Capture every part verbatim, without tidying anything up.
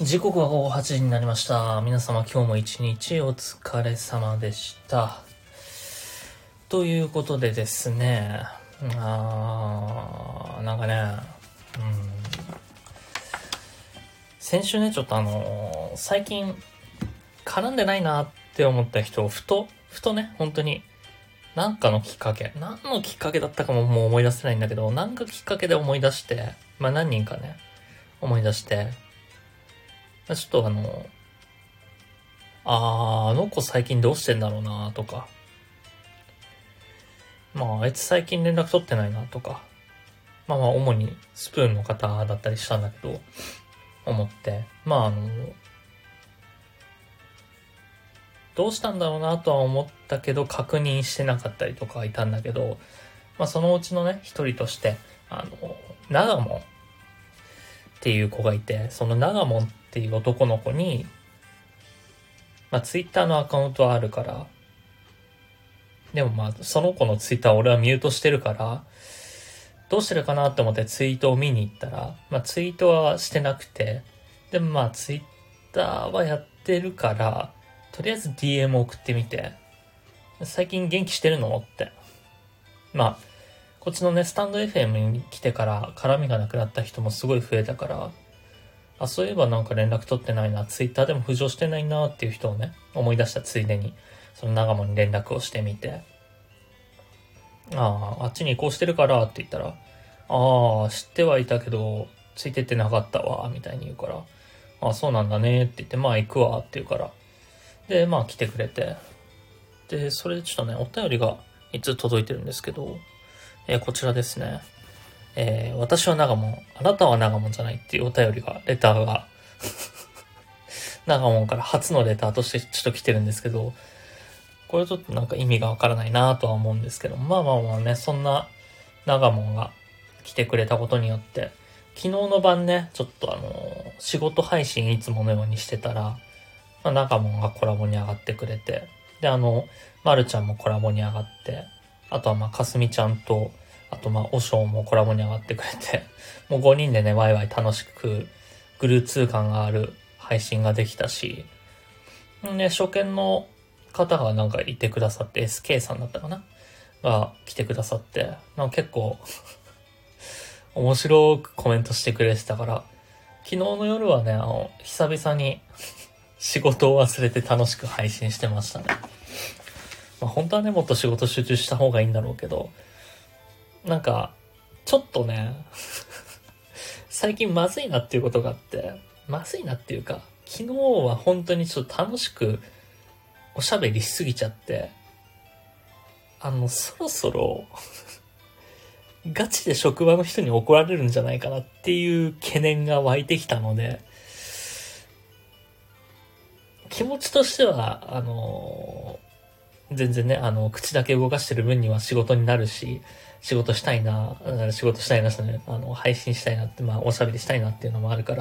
時刻は午後はちじになりました。皆様今日も一日お疲れ様でした。ということでですね、あー、なんかね、うん、先週ね、ちょっとあのー、最近絡んでないなって思った人をふと、ふとね、本当に、なんかのきっかけ、何のきっかけだったかももう思い出せないんだけど、なんかきっかけで思い出して、まあ何人かね、思い出して、ちょっとあの、あー、あの子最近どうしてんだろうなとか、まああいつ最近連絡取ってないなとか、まあまあ主にスプーンの方だったりしたんだけど、思って、まああの、どうしたんだろうなとは思ったけど確認してなかったりとかいたんだけど、まあそのうちのね、一人として、あの、長門っていう子がいて、その長門っていう男の子に、まあツイッターのアカウントはあるから、でもまあその子のツイッターを俺はミュートしてるから、どうしてるかなって思ってツイートを見に行ったら、まあツイートはしてなくて、でもまあツイッターはやってるから、とりあえず ディーエム 送ってみて、最近元気してるのって。まあ、こっちのね、スタンド エフエム に来てから絡みがなくなった人もすごい増えたから、あ、そういえばなんか連絡取ってないな、ツイッターでも浮上してないなっていう人をね、思い出したついでに、その長門に連絡をしてみて、ああ、あっちに移行してるからって言ったら、ああ、知ってはいたけど、ついてってなかったわ、みたいに言うから、ああ、そうなんだねって言って、まあ行くわって言うから、で、まあ来てくれて、で、それでちょっとね、お便りがいつ届いてるんですけど、えー、こちらですね。えー、私は長門、あなたは長門じゃないっていうお便りが、レターが、長門から初のレターとしてちょっと来てるんですけど、これちょっとなんか意味がわからないなとは思うんですけど、まあまあまあね、そんな長門が来てくれたことによって、昨日の晩ね、ちょっとあの、仕事配信いつものようにしてたら、まあ、長門がコラボに上がってくれて、で、あの、まるちゃんもコラボに上がって、あとはまあ、かすみちゃんと、あとまあ、おしょうもコラボに上がってくれて、もうごにんでね、ワイワイ楽しく、グルーツー感がある配信ができたし、ね、初見の方がなんかいてくださって、エスケー さんだったかなが来てくださって、なんか結構、面白くコメントしてくれてたから、昨日の夜はね、あの、久々に仕事を忘れて楽しく配信してましたね。まあ、本当はね、もっと仕事集中した方がいいんだろうけど、なんか、ちょっとね、最近まずいなっていうことがあって、まずいなっていうか、昨日は本当にちょっと楽しくおしゃべりしすぎちゃって、あの、そろそろ、ガチで職場の人に怒られるんじゃないかなっていう懸念が湧いてきたので、気持ちとしては、あのー、全然ね、あの、口だけ動かしてる分には仕事になるし、仕事したいな、仕事したいな、ね、あの、配信したいなって、まあ、おしゃべりしたいなっていうのもあるから、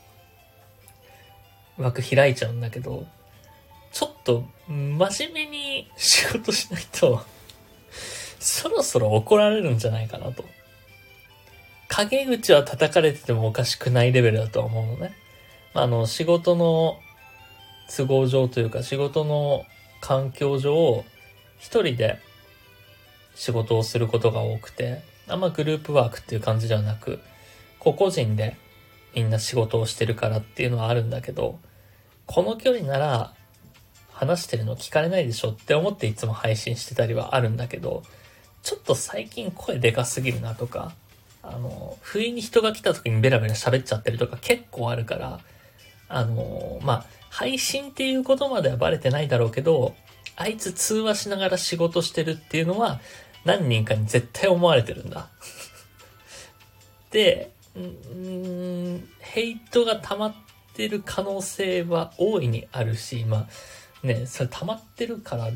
枠開いちゃうんだけど、ちょっと、真面目に仕事しないと、そろそろ怒られるんじゃないかなと。陰口は叩かれててもおかしくないレベルだと思うのね。あの、仕事の都合上というか、仕事の環境上、一人で仕事をすることが多くて、あんまグループワークっていう感じではなく、個々人でみんな仕事をしてるからっていうのはあるんだけど、この距離なら話してるの聞かれないでしょって思っていつも配信してたりはあるんだけど、ちょっと最近声でかすぎるなとか、あの、不意に人が来た時にベラベラ喋っちゃってるとか結構あるから、あの、まあ、配信っていうことまではバレてないだろうけど、あいつ通話しながら仕事してるっていうのは何人かに絶対思われてるんだ。で、うーん、ヘイトが溜まってる可能性は大いにあるし、まあ、ね、それ溜まってるからって、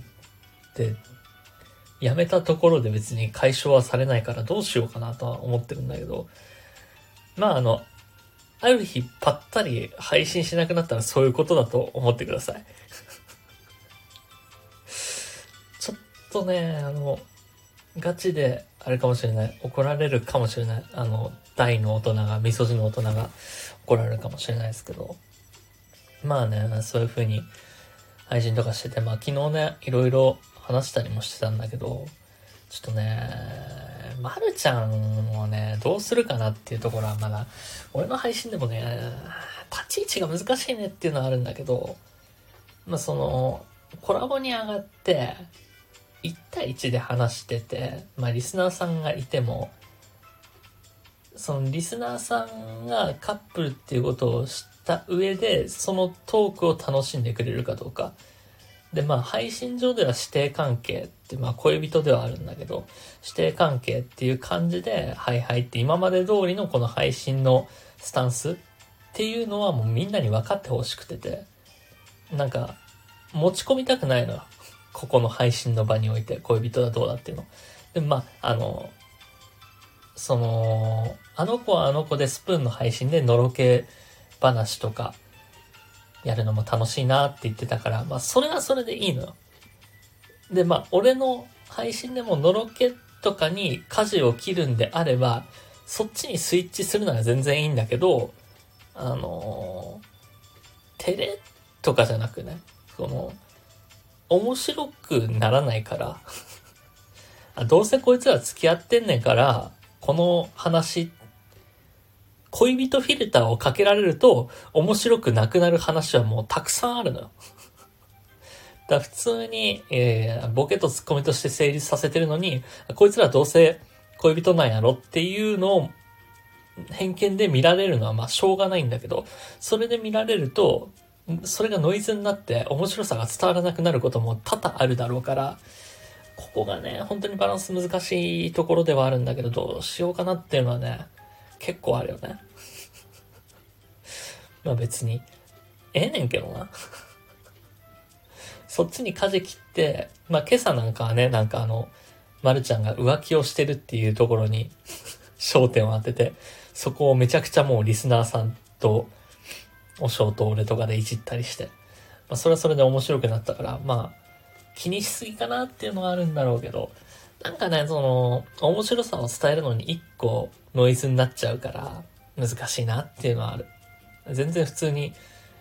やめたところで別に解消はされないからどうしようかなとは思ってるんだけど、まああの、ある日ぱったり配信しなくなったらそういうことだと思ってください。ちょっとね、あの、ガチであれかもしれない。怒られるかもしれない。あの、大の大人が、味噌汁の大人が怒られるかもしれないですけど、 まあね、そういう風に配信とかしてて、まあ昨日ね、いろいろ話したりもしてたんだけど、ちょっとね、まるちゃんをね、どうするかなっていうところはまだ、俺の配信でもね、立ち位置が難しいねっていうのはあるんだけど、まあその、コラボに上がって、いち対いちで話してて、まあリスナーさんがいても、そのリスナーさんがカップルっていうことを知った上で、そのトークを楽しんでくれるかどうか。で、まあ配信上では師弟関係って、まあ恋人ではあるんだけど、師弟関係っていう感じで、はいはいって今まで通りのこの配信のスタンスっていうのはもうみんなに分かってほしくてて、なんか持ち込みたくないのよ。ここの配信の場において恋人だどうだっていうの。で、まあ、あの、その、あの子はあの子でスプーンの配信でのろけ話とかやるのも楽しいなって言ってたから、まあそれはそれでいいのよ。で、まあ俺の配信でものろけとかに舵を切るんであれば、そっちにスイッチするなら全然いいんだけど、あのー、照れとかじゃなくね、その、面白くならないからどうせこいつら付き合ってんねんから、この話、恋人フィルターをかけられると面白くなくなる話はもうたくさんあるのよ。だから普通に、えー、ボケとツッコミとして成立させてるのに、こいつらどうせ恋人なんやろっていうのを偏見で見られるのはまあしょうがないんだけど、それで見られると、それがノイズになって面白さが伝わらなくなることも多々あるだろうから、ここがね、本当にバランス難しいところではあるんだけど、どうしようかなっていうのはね、結構あるよね。まあ別に、ええねんけどな。そっちに舵切って、まあ今朝なんかはね、なんかあの、まるちゃんが浮気をしてるっていうところに焦点を当てて、そこをめちゃくちゃもうリスナーさんと、おしょうと俺とかでいじったりして、まあそれはそれで面白くなったから、まあ、気にしすぎかなっていうのはあるんだろうけど、なんかね、その、面白さを伝えるのに一個ノイズになっちゃうから、難しいなっていうのはある。全然普通に、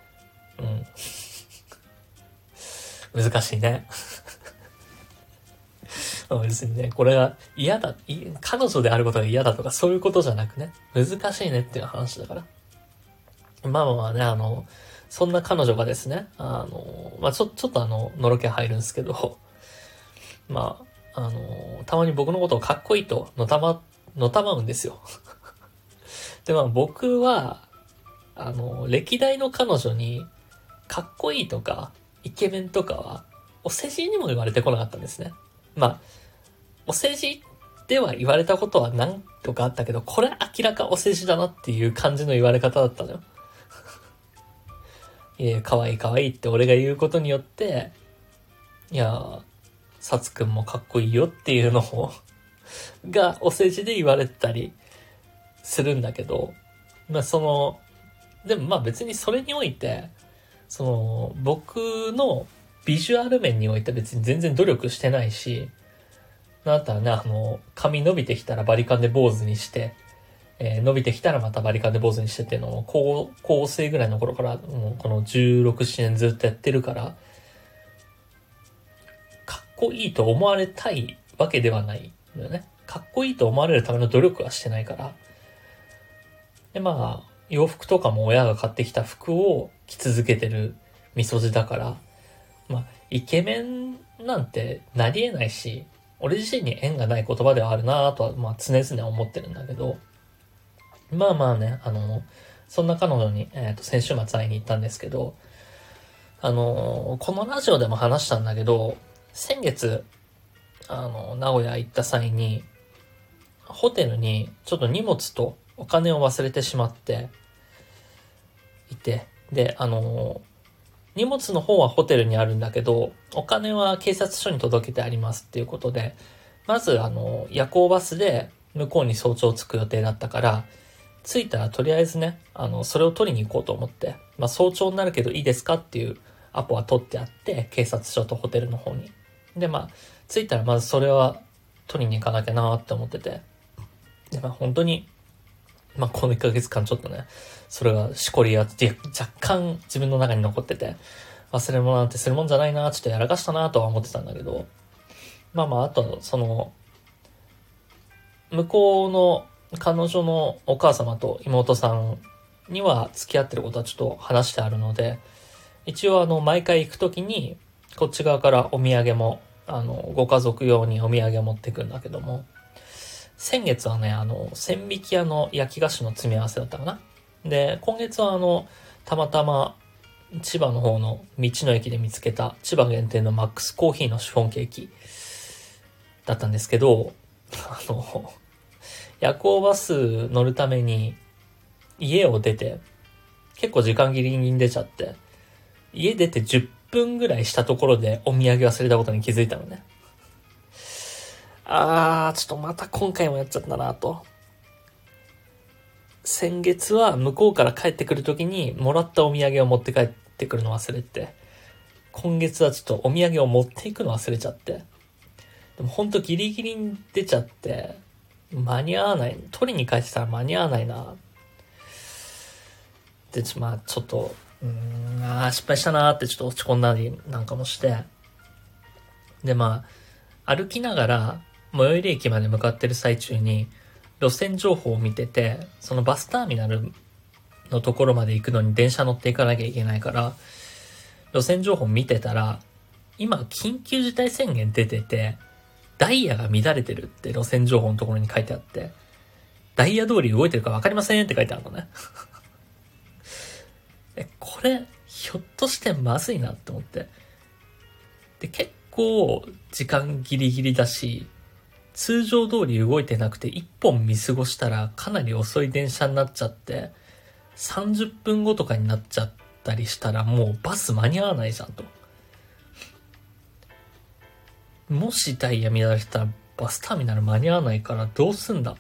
うん。難しいね。別にね、これが嫌だ、彼女であることが嫌だとかそういうことじゃなくね、難しいねっていう話だから。まあまあまあね、あの、そんな彼女がですね、あの、まあちょ、ちょっとあの、のろけ入るんですけど、まあ、あの、たまに僕のことをかっこいいとのたま、のたまうんですよ。で、まあ僕は、あの、歴代の彼女に、かっこいいとか、イケメンとかは、お世辞にも言われてこなかったんですね。まあ、お世辞では言われたことは何とかあったけど、これ明らかお世辞だなっていう感じの言われ方だったのよ。いや、かわいいかわいいって俺が言うことによって、いや、サツくんもかっこいいよっていうのをがお世辞で言われたりするんだけど、まあその、でもまあ別にそれにおいて、その、僕のビジュアル面において別に全然努力してないし、なんだったらね、あの、髪伸びてきたらバリカンで坊主にして、えー、伸びてきたらまたバリカンで坊主にしてっていうのを高校生ぐらいの頃からもうこのじゅうろく、ななねんずっとやってるから、かっこいいと思われたいわけではないんだよね。かっこいいと思われるための努力はしてないから。で、まあ、洋服とかも親が買ってきた服を着続けてるみそじだから、まあ、イケメンなんてなり得ないし、俺自身に縁がない言葉ではあるなぁとは、まあ常々思ってるんだけど、まあまあね、あの、そんな彼女に、えっと、先週末会いに行ったんですけど、あの、このラジオでも話したんだけど、先月、あの、名古屋行った際に、ホテルにちょっと荷物とお金を忘れてしまっていて、で、あの、荷物の方はホテルにあるんだけど、お金は警察署に届けてありますっていうことで、まずあの、夜行バスで向こうに早朝着く予定だったから、着いたらとりあえずね、あの、それを取りに行こうと思って、まあ早朝になるけどいいですかっていうアポは取ってあって、警察署とホテルの方に。で、まあ、着いたらまずそれは取りに行かなきゃなーって思ってて。で、まあ本当に、 まあ、このいっかげつかんちょっとね、それがしこりやって若干自分の中に残ってて、忘れ物なんてするもんじゃないな、ちょっとやらかしたなとは思ってたんだけど、まあまあ、あと、その、向こうの彼女のお母様と妹さんには付き合ってることはちょっと話してあるので、一応あの、毎回行くときに、こっち側からお土産も、あの、ご家族用にお土産を持ってくんだけども、先月はね、あの、千匹屋の焼き菓子の詰め合わせだったかな。で、今月はあの、たまたま、千葉の方の道の駅で見つけた千葉限定のマックスコーヒーのシフォンケーキだったんですけど、あの、夜行バス乗るために家を出て、結構時間ギリギリに出ちゃって、家出てじゅっぷんぐらいしたところでお土産忘れたことに気づいたのね。あー、ちょっとまた今回もやっちゃったなと。先月は向こうから帰ってくるときにもらったお土産を持って帰ってくるの忘れて、今月はちょっとお土産を持っていくの忘れちゃって、でもほんとギリギリに出ちゃって、間に合わない。取りに帰ってたら間に合わないな。で、まあちょっと、うーん、あー失敗したなーってちょっと落ち込んだりなんかもして、でまあ、歩きながら最寄り駅まで向かってる最中に、路線情報を見てて、そのバスターミナルのところまで行くのに電車乗っていかなきゃいけないから、路線情報見てたら、今緊急事態宣言出てて、ダイヤが乱れてるって路線情報のところに書いてあって、ダイヤ通り動いてるか分かりませんって書いてあるのね。え、これ、ひょっとしてまずいなって思って。で、結構時間ギリギリだし、通常通り動いてなくて一本見過ごしたらかなり遅い電車になっちゃって、さんじゅっぷんごとかになっちゃったりしたらもうバス間に合わないじゃんと。もしダイヤ乱れてたらバスターミナル間に合わないからどうすんだ。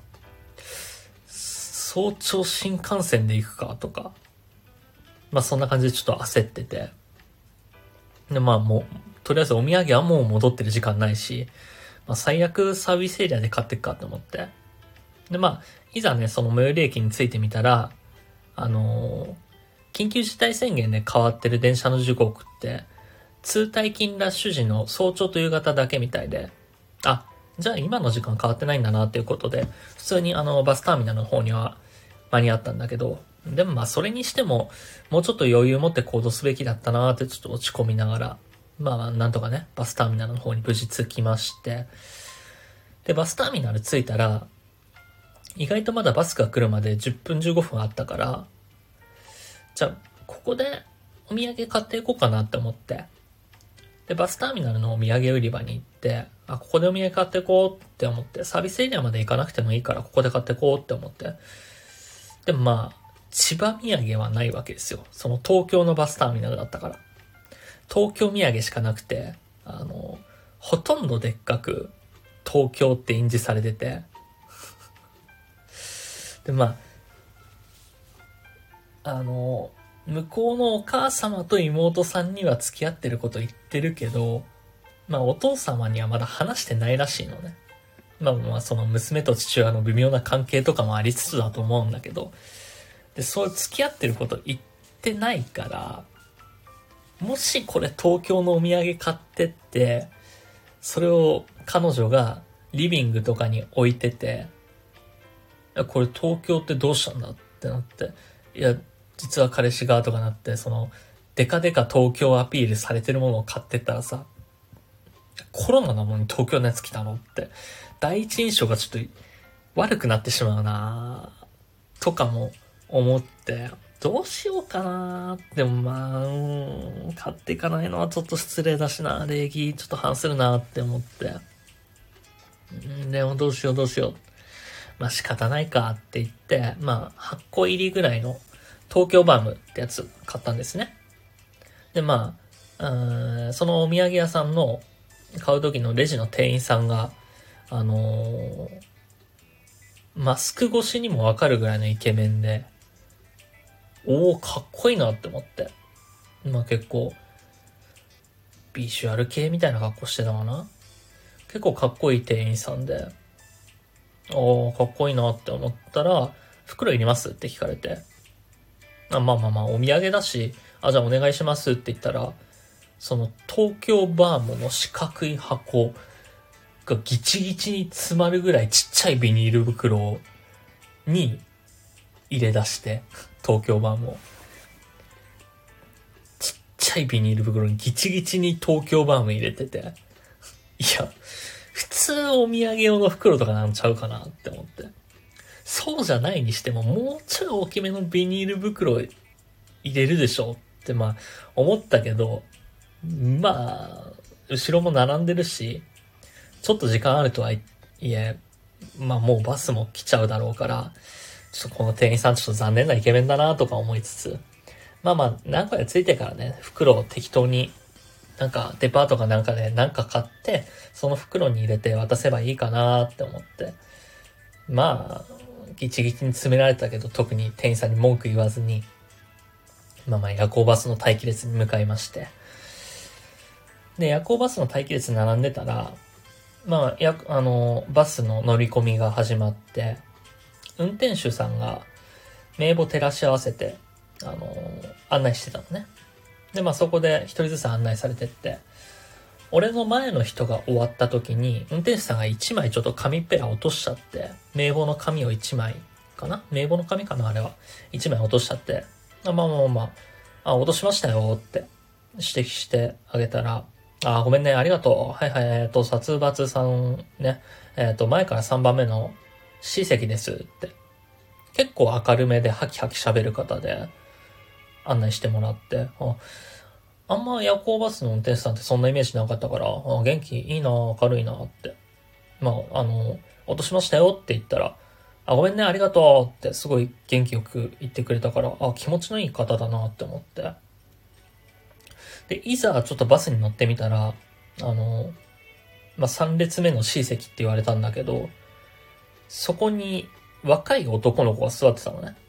早朝新幹線で行くかとか。まあそんな感じでちょっと焦ってて。でまあもう、とりあえずお土産はもう戻ってる時間ないし、まあ、最悪サービスエリアで買ってくかと思って。でまあ、いざね、その最寄り駅に着いてみたら、あのー、緊急事態宣言で変わってる電車の時刻って、通退勤ラッシュ時の早朝と夕方だけみたいで、あ、じゃあ今の時間変わってないんだなっていうことで、普通にあのバスターミナルの方には間に合ったんだけど、でもまあそれにしても、もうちょっと余裕持って行動すべきだったなーってちょっと落ち込みながら、まあなんとかね、バスターミナルの方に無事着きまして、で、バスターミナル着いたら、意外とまだバスが来るまでじゅっぷんじゅうごふんあったから、じゃあ、ここでお土産買っていこうかなって思って、で、バスターミナルのお土産売り場に行って、あ、ここでお土産買っていこうって思って、サービスエリアまで行かなくてもいいから、ここで買っていこうって思って。でもまあ、千葉土産はないわけですよ。その東京のバスターミナルだったから。東京土産しかなくて、あの、ほとんどでっかく、東京って印字されてて。で、まあ、あの、向こうのお母様と妹さんには付き合ってること言ってるけど、まあお父様にはまだ話してないらしいのね。まあまあその娘と父親の微妙な関係とかもありつつだと思うんだけど、で、そう付き合ってること言ってないから、もしこれ東京のお土産買ってって、それを彼女がリビングとかに置いてて、これ東京ってどうしたんだってなって、いや、実は彼氏がとかなって、その、デカデカ東京アピールされてるものを買ってったらさ、コロナなのに東京のやつ来たのって、第一印象がちょっと悪くなってしまうなとかも思って、どうしようかなでもまあ、うーん、買っていかないのはちょっと失礼だしな、礼儀ちょっと反するなって思って。んでもどうしようどうしよう。まあ仕方ないかって言って、まあはっこ入りぐらいの東京バームってやつ買ったんですね。でまあ、うーんそのお土産屋さんの買う時のレジの店員さんが、あのー、マスク越しにもわかるぐらいのイケメンで、おーかっこいいなって思って。まあ結構、ビジュアル系みたいな格好してたかな。結構かっこいい店員さんで、おーかっこいいなって思ったら、 袋いりますって聞かれて、あ、まあまあまあ、お土産だし、あ、じゃあお願いしますって言ったら、その東京バーモの四角い箱がギチギチに詰まるぐらいちっちゃいビニール袋に入れ出して、東京バーモ。ちっちゃいビニール袋にギチギチに東京バーモ入れてて、いや、普通お土産用の袋とかなんちゃうかなって思って。そうじゃないにしても、もうちょい大きめのビニール袋入れるでしょってまあ思ったけど、まあ、後ろも並んでるし、ちょっと時間あるとはいえ、まあもうバスも来ちゃうだろうから、ちょっとこの店員さんちょっと残念なイケメンだなとか思いつつ、まあまあ、何個かついてからね、袋を適当に、なんかデパートかなんかでなんか買って、その袋に入れて渡せばいいかなって思って。まあ、ギチギチに詰められたけど、特に店員さんに文句言わずに、まあまあ夜行バスの待機列に向かいまして。で、夜行バスの待機列に並んでたら、まあ、や、あの、バスの乗り込みが始まって、運転手さんが名簿照らし合わせて、あの、案内してたのね。で、まあそこで一人ずつ案内されてって、俺の前の人が終わった時に、運転手さんが一枚ちょっと紙っぺら落としちゃって、名簿の紙を一枚かな名簿の紙かなあれは。一枚落としちゃって、あまあまあまあ、あ、落としましたよって指摘してあげたら、あ、ごめんね、ありがとう。はいはい、えっと、殺伐さんね、えっと、前からさんばんめの C 席ですって。結構明るめでハキハキ喋る方で案内してもらって、あ、あんま夜行バスの運転手さんってそんなイメージなかったから、あ、元気いいな、明るいなって。まあ、あの、落としましたよって言ったら、あ、ごめんね、ありがとうってすごい元気よく言ってくれたから、あ、気持ちのいい方だなって思って。で、いざちょっとバスに乗ってみたら、あの、まあ、さん列目の C 席って言われたんだけど、そこに若い男の子が座ってたのね。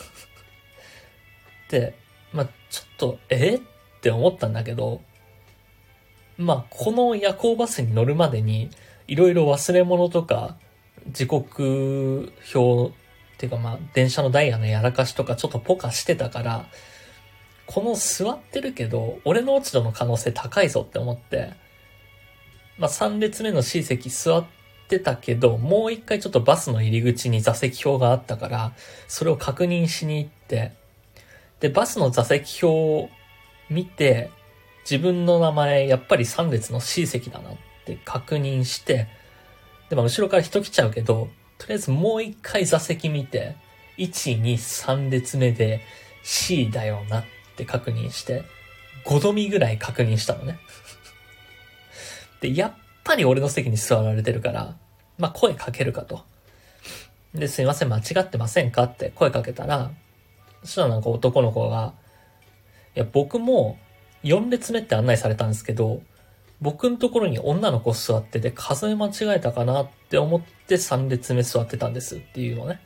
で、まあ、ちょっと、えって思ったんだけど、まあ、この夜行バスに乗るまでに、いろいろ忘れ物とか、時刻表っていうかまあ、電車のダイヤのやらかしとかちょっとポカしてたから、この座ってるけど、俺の落ち度の可能性高いぞって思って、まあ、さん列目の C 席座ってたけど、もう一回ちょっとバスの入り口に座席表があったから、それを確認しに行って、で、バスの座席表を見て、自分の名前、やっぱりさん列の C 席だなって確認して、で、まあ、後ろから人来ちゃうけど、とりあえずもう一回座席見て、いち、に、さん列目で C だよなって確認して、ごどみぐらい確認したのね。で、やっぱり俺の席に座られてるから、まあ、声かけるかと。で、すいません、間違ってませんかって声かけたら、そしたらなんか男の子が、いや、僕もよん列目って案内されたんですけど、僕のところに女の子座ってて数え間違えたかなって思ってさん列目座ってたんですっていうのね。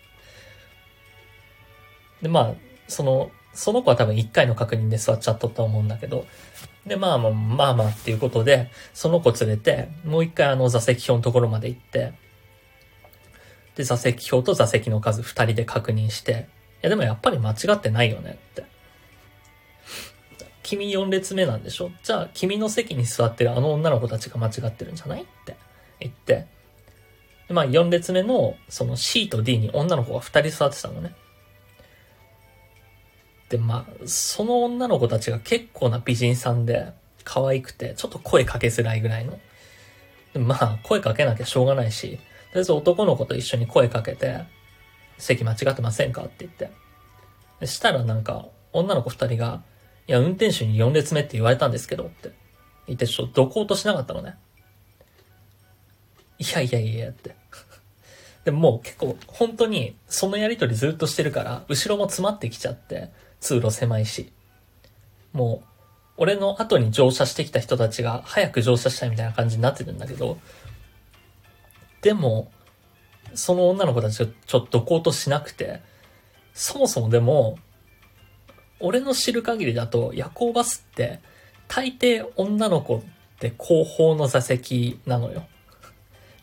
で、まあ、その、その子は多分いっかいの確認で座っちゃったと思うんだけど、で、まあまあ、まあまあっていうことで、その子連れて、もう一回あの座席表のところまで行って、で、座席表と座席の数二人で確認して、いやでもやっぱり間違ってないよねって。君よん列目なんでしょ？じゃあ君の席に座ってるあの女の子たちが間違ってるんじゃないって言って、でまあよん列目のその C と D に女の子がふたり座ってたのね。でまあその女の子たちが結構な美人さんで可愛くてちょっと声かけづらいぐらいの。でまあ声かけなきゃしょうがないし、とりあえず男の子と一緒に声かけて、席間違ってませんかって言って。でしたらなんか女の子ふたりが、いや、運転手によん列目って言われたんですけどって言って、ちょっとどこうとしなかったのね。いやいやいやって。でももう結構本当にそのやりとりずっとしてるから、後ろも詰まってきちゃって、通路狭いし。もう、俺の後に乗車してきた人たちが早く乗車したいみたいな感じになってるんだけど、でも、その女の子たちがちょっとどこうとしなくて、そもそもでも、俺の知る限りだと夜行バスって大抵女の子って後方の座席なのよ。で、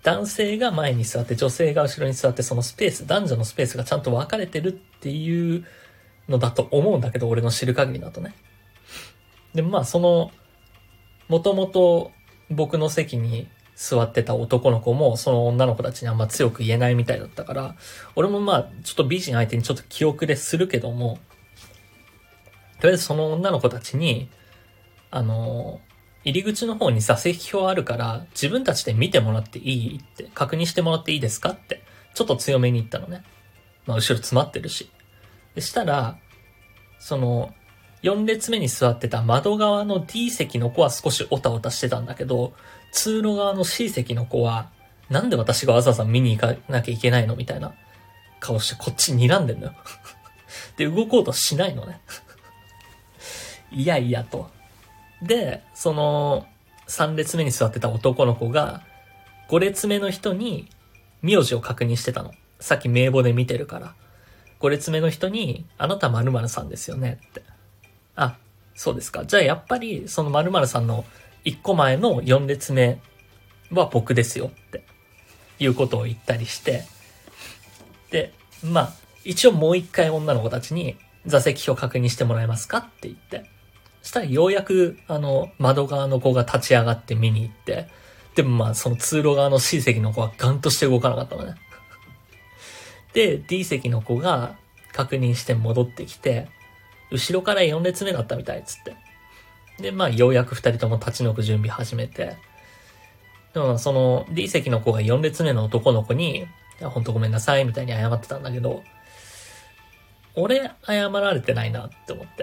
男性が前に座って女性が後ろに座って、そのスペース、男女のスペースがちゃんと分かれてるっていうのだと思うんだけど、俺の知る限りだとね。で、まあその、もともと僕の席に座ってた男の子もその女の子たちにあんま強く言えないみたいだったから、俺もまあちょっと美人相手にちょっと気遅れするけども、とりあえずその女の子たちに、あの、入り口の方に座席表あるから自分たちで見てもらっていいって、確認してもらっていいですかってちょっと強めに言ったのね。まあ後ろ詰まってるし。でしたら、そのよん列目に座ってた窓側の D 席の子は少しオタオタしてたんだけど、通路側の C 席の子はなんで私がわざわざ見に行かなきゃいけないのみたいな顔してこっち睨んでんのよ。で、動こうとしないのね。いやいやと。で、そのさん列目に座ってた男の子がご列目の人に名字を確認してたの。さっき名簿で見てるから。ご列目の人に、あなた〇〇さんですよねって。あ、そうですか。じゃあやっぱりその〇〇さんのいっこまえのよん列目は僕ですよっていうことを言ったりして、で、まあ一応もう一回女の子たちに座席表確認してもらえますかって言って、そしたらようやくあの窓側の子が立ち上がって見に行って、でもまあその通路側の C 席の子はガンとして動かなかったのね。で D 席の子が確認して戻ってきて、後ろからよん列目だったみたいっつって。でまあようやくふたりとも立ち退く準備始めて、でもその D 席の子がよん列目の男の子に、いやほんとごめんなさいみたいに謝ってたんだけど、俺謝られてないなって思って。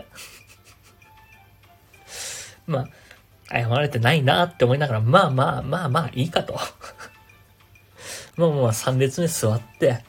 まあ謝られてないなって思いながら、まあまあまあまあいいかと。まあまあさん列目座って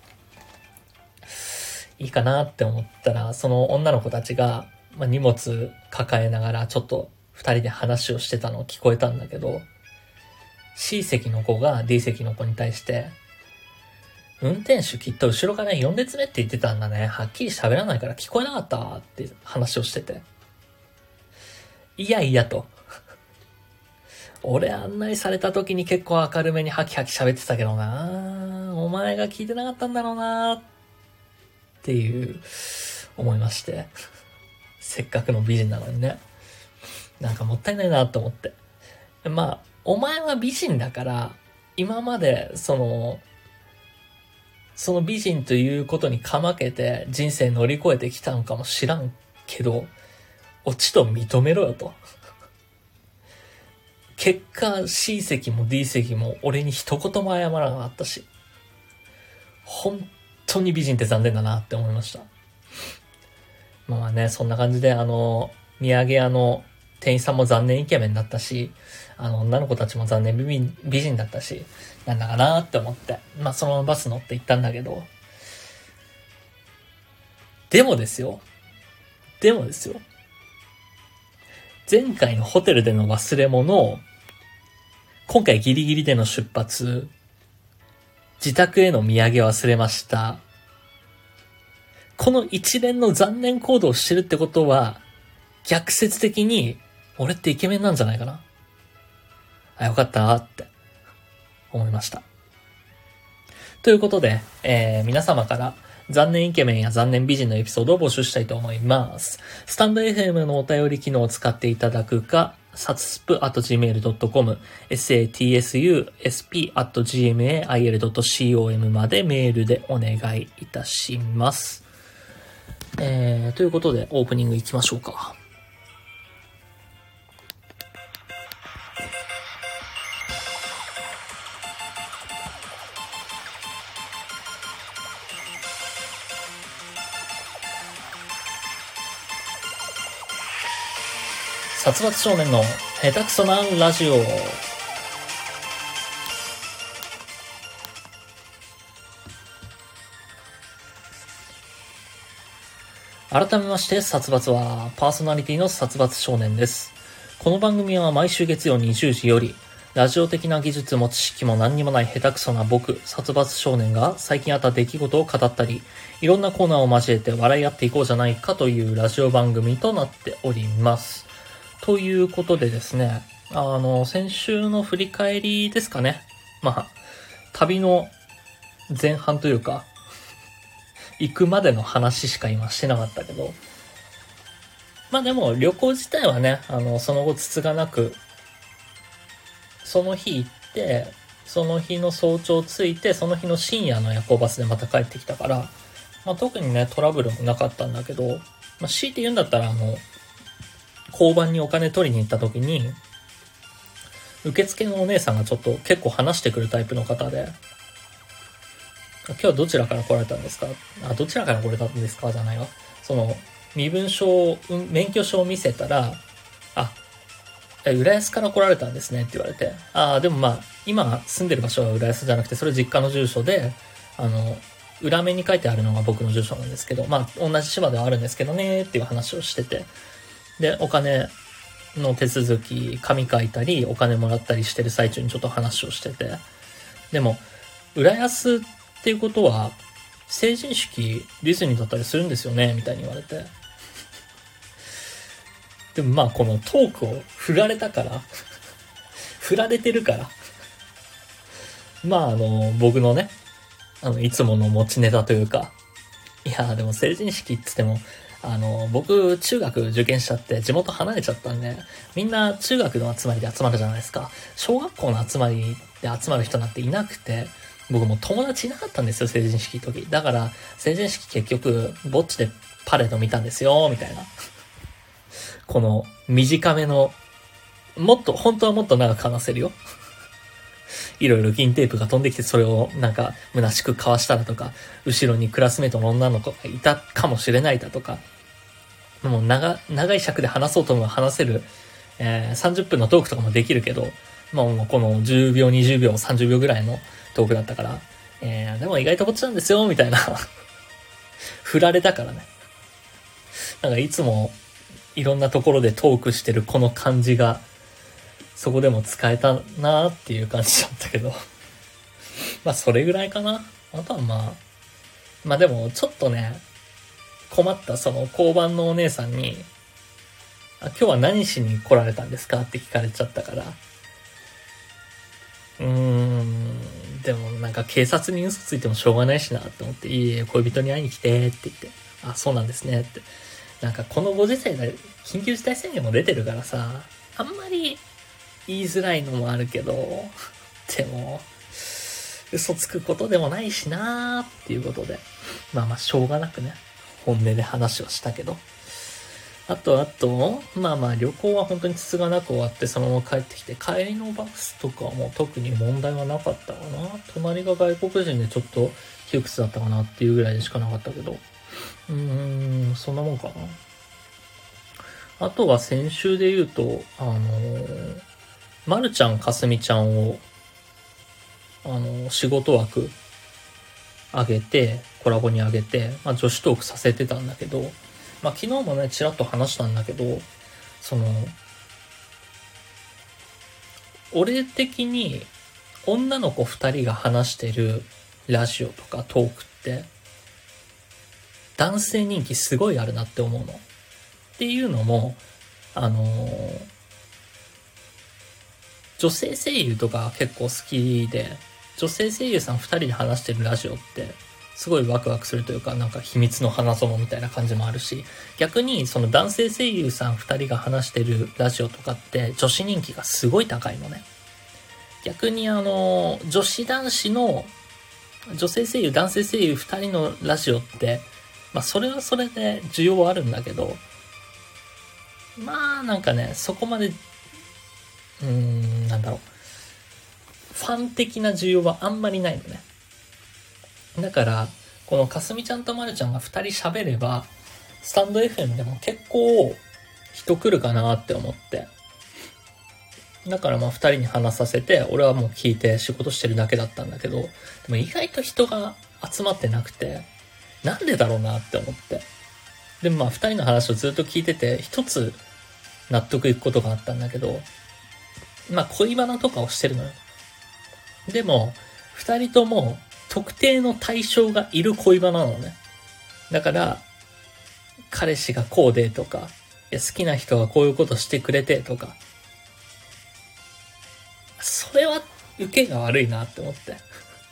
いいかなって思ったら、その女の子たちが、まあ、荷物抱えながらちょっと二人で話をしてたのを聞こえたんだけど、 C 席の子が D 席の子に対して、運転手きっと後ろからよん列目って言ってたんだね、はっきり喋らないから聞こえなかったって話をしてて、いやいやと。俺案内された時に結構明るめにハキハキ喋ってたけどな、お前が聞いてなかったんだろうなっていう思いまして、せっかくの美人なのにね、なんかもったいないなと思って。まあお前は美人だから今までそのその美人ということにかまけて人生乗り越えてきたのかもしらんけど、オチと認めろよと。結果 C 席も D 席も俺に一言も謝らなかったし、本当に美人って残念だなって思いました。まあね、そんな感じであの土産屋の店員さんも残念イケメンだったし、あの女の子たちも残念美人、美人だったし、なんだかなって思って、まあそのままバス乗って行ったんだけど、でもですよ、でもですよ、前回のホテルでの忘れ物を今回ギリギリでの出発、自宅への土産忘れました。この一連の残念行動をしてるってことは、逆説的に俺ってイケメンなんじゃないかな。あ、よかったって思いました。ということで、えー、皆様から残念イケメンや残念美人のエピソードを募集したいと思います。スタンド エフエム のお便り機能を使っていただくか、サツスプ アット ジーメール ドット コム、サツスプ アット ジーメール ドット コム までメールでお願いいたします。えー、ということでオープニング行きましょうか。殺伐少年の下手くそなラジオ。改めまして、殺伐はパーソナリティの殺伐少年です。この番組は毎週月曜にじゅうじより、ラジオ的な技術も知識も何にもない下手くそな僕、殺伐少年が最近あった出来事を語ったり、いろんなコーナーを交えて笑い合っていこうじゃないかというラジオ番組となっております。ということでですね、あの、先週の振り返りですかね。まあ、 旅の前半というか、行くまでの話しか今してなかったけど、まあでも旅行自体はね、あの、その後つつがなく、その日行って、その日の早朝着いて、その日の深夜の夜行バスでまた帰ってきたから、まあ特にね、トラブルもなかったんだけど、まあ強いて言うんだったら、あの、交番にお金取りに行った時に、受付のお姉さんがちょっと結構話してくるタイプの方で、今日はどちらから来られたんですか？あ、どちらから来られたんですかじゃないわ。その、身分証、免許証を見せたら、あ、浦安から来られたんですねって言われて、ああ、でもまあ、今住んでる場所は浦安じゃなくて、それ実家の住所で、あの、裏面に書いてあるのが僕の住所なんですけど、まあ、同じ島ではあるんですけどね、っていう話をしてて、で、お金の手続き、紙書いたり、お金もらったりしてる最中にちょっと話をしてて、でも、浦安っていうことは、成人式ディズニーだったりするんですよねみたいに言われて。でもまあこのトークを振られたから、振られてるから、まああの、僕のね、あの、いつもの持ちネタというか、いやでも成人式って言っても、あの、僕中学受験しちゃって地元離れちゃったんで、みんな中学の集まりで集まるじゃないですか。小学校の集まりで集まる人なんていなくて、僕も友達いなかったんですよ、成人式の時。だから、成人式結局、ぼっちでパレード見たんですよ、みたいな。この、短めの、もっと、本当はもっと長く話せるよ。いろいろ銀テープが飛んできて、それをなんか、虚しく交わしたらとか、後ろにクラスメートの女の子がいたかもしれないだとか、もう長、長い尺で話そうとも話せる、えー、さんじゅっぷんのトークとかもできるけど、まあもうこのじゅうびょう、にじゅうびょう、さんじゅうびょうぐらいのトークだったから、えー、でも意外とこっちなんですよ、みたいな。振られたからね。なんかいつもいろんなところでトークしてるこの感じが、そこでも使えたなーっていう感じだったけど。まあそれぐらいかな。あとはまあ、まあでもちょっとね、困ったその交番のお姉さんに、あ、今日は何しに来られたんですかって聞かれちゃったから、うーん、でもなんか警察に嘘ついてもしょうがないしなって思って、いいえ、恋人に会いに来てって言って、あ、そうなんですねって。なんかこのご時世で緊急事態宣言も出てるからさ、あんまり言いづらいのもあるけど、でも、嘘つくことでもないしなーっていうことで、まあまあしょうがなくね、本音で話をしたけど、あとあと、まあまあ旅行は本当につつがなく終わってそのまま帰ってきて、帰りのバスとかも特に問題はなかったかな。隣が外国人でちょっと窮屈だったかなっていうぐらいでしかなかったけど、うーん、そんなもんかな。あとは先週で言うと、あのー、まるちゃんかすみちゃんを、あのー、仕事枠上げて、コラボに上げて、まあ女子トークさせてたんだけど、まあ昨日もね、ちらっと話したんだけど、その、俺的に女の子二人が話してるラジオとかトークって、男性人気すごいあるなって思うの。っていうのも、あのー、女性声優とか結構好きで、女性声優さん二人で話してるラジオって、すごいワクワクするというか、なんか秘密の花園みたいな感じもあるし、逆にその男性声優さん二人が話してるラジオとかって女子人気がすごい高いのね。逆にあの、女子男子の、女性声優、男性声優二人のラジオって、まあそれはそれで需要はあるんだけど、まあなんかね、そこまで、うーん、なんだろう、ファン的な需要はあんまりないのね。だから、このかすみちゃんとまるちゃんが二人喋れば、スタンド エフエム でも結構人来るかなって思って。だからまあ二人に話させて、俺はもう聞いて仕事してるだけだったんだけど、でも意外と人が集まってなくて、なんでだろうなって思って。でもまあ二人の話をずっと聞いてて、一つ納得いくことがあったんだけど、まあ恋バナとかをしてるのよ。でも、二人とも特定の対象がいる恋バナなのね。だから、彼氏がこうでとか、いや好きな人がこういうことしてくれてとか、それは受けが悪いなって思って。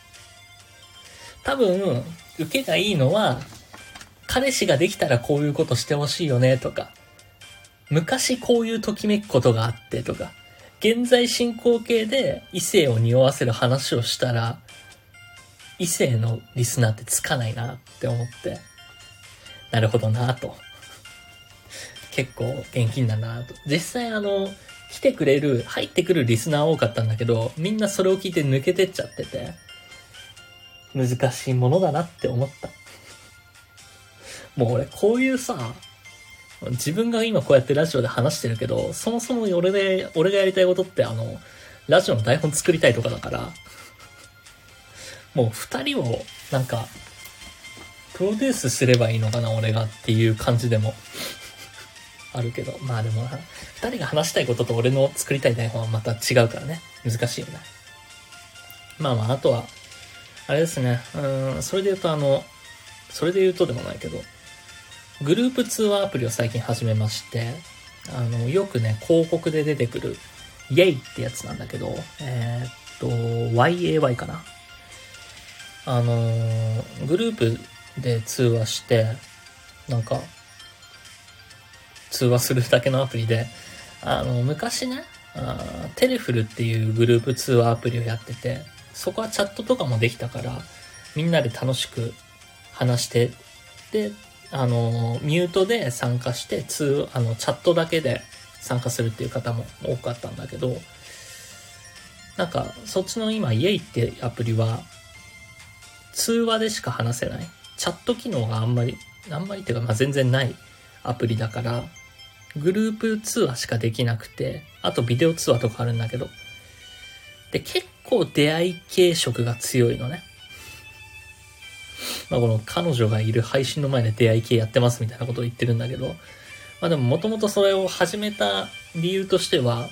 多分、受けがいいのは、彼氏ができたらこういうことしてほしいよねとか、昔こういうときめくことがあってとか、現在進行形で異性を匂わせる話をしたら、異性のリスナーってつかないなって思って、なるほどなと。結構現金なんだなと。実際あの、来てくれる、入ってくるリスナー多かったんだけど、みんなそれを聞いて抜けてっちゃってて、難しいものだなって思った。もう俺こういうさ、自分が今こうやってラジオで話してるけど、そもそも俺で、俺がやりたいことってあの、ラジオの台本作りたいとかだから、もう二人をなんか、プロデュースすればいいのかな俺がっていう感じでもあるけど、まあでもな、二人が話したいことと俺の作りたい台本はまた違うからね、難しいよね。まあまあ、あとは、あれですね、うーん、それで言うとあの、それで言うとでもないけど、グループ通話アプリを最近始めまして、あの、よくね、広告で出てくる、イェイってやつなんだけど、えー、っと、ワイエーワイ かな。あのー、グループで通話して、なんか、通話するだけのアプリで、あの、昔ね、あテレフルっていうグループ通話アプリをやってて、そこはチャットとかもできたから、みんなで楽しく話して、で、あの、ミュートで参加して、通、あの、チャットだけで参加するっていう方も多かったんだけど、なんか、そっちの今、イエイってアプリは、通話でしか話せない。チャット機能があんまり、あんまりっていうか、まあ、全然ないアプリだから、グループ通話しかできなくて、あとビデオ通話とかあるんだけど、で、結構出会い系色が強いのね。まあこの彼女がいる配信の前で出会い系やってますみたいなことを言ってるんだけど、まあでももともとそれを始めた理由としては、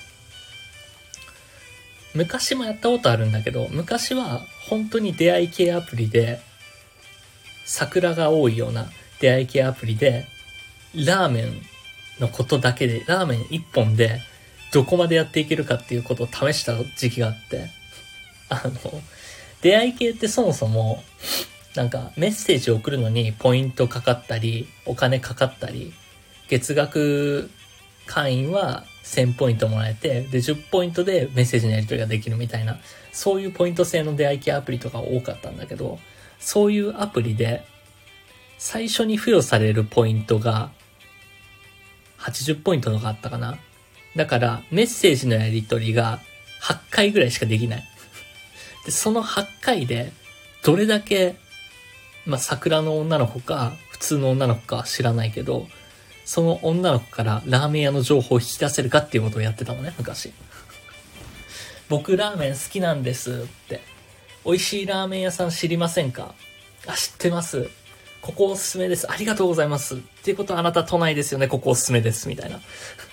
昔もやったことあるんだけど、昔は本当に出会い系アプリで、桜が多いような出会い系アプリで、ラーメンのことだけで、ラーメン一本でどこまでやっていけるかっていうことを試した時期があって、あの、出会い系ってそもそも、なんかメッセージを送るのにポイントかかったり、お金かかったり、月額会員はせんポイントもらえて、でじゅうポイントでメッセージのやり取りができるみたいな、そういうポイント制の出会い系アプリとか多かったんだけど、そういうアプリで最初に付与されるポイントがはちじゅうポイントとかあったかな。だからメッセージのやり取りがはちかいぐらいしかできない。で、そのはちかいでどれだけ、まあ、桜の女の子か普通の女の子か知らないけど、その女の子からラーメン屋の情報を引き出せるかっていうことをやってたのね、昔。僕ラーメン好きなんですって。美味しいラーメン屋さん知りませんか？あ、知ってます。ここおすすめです。ありがとうございます。っていうことはあなた都内ですよね。ここおすすめです。みたいな。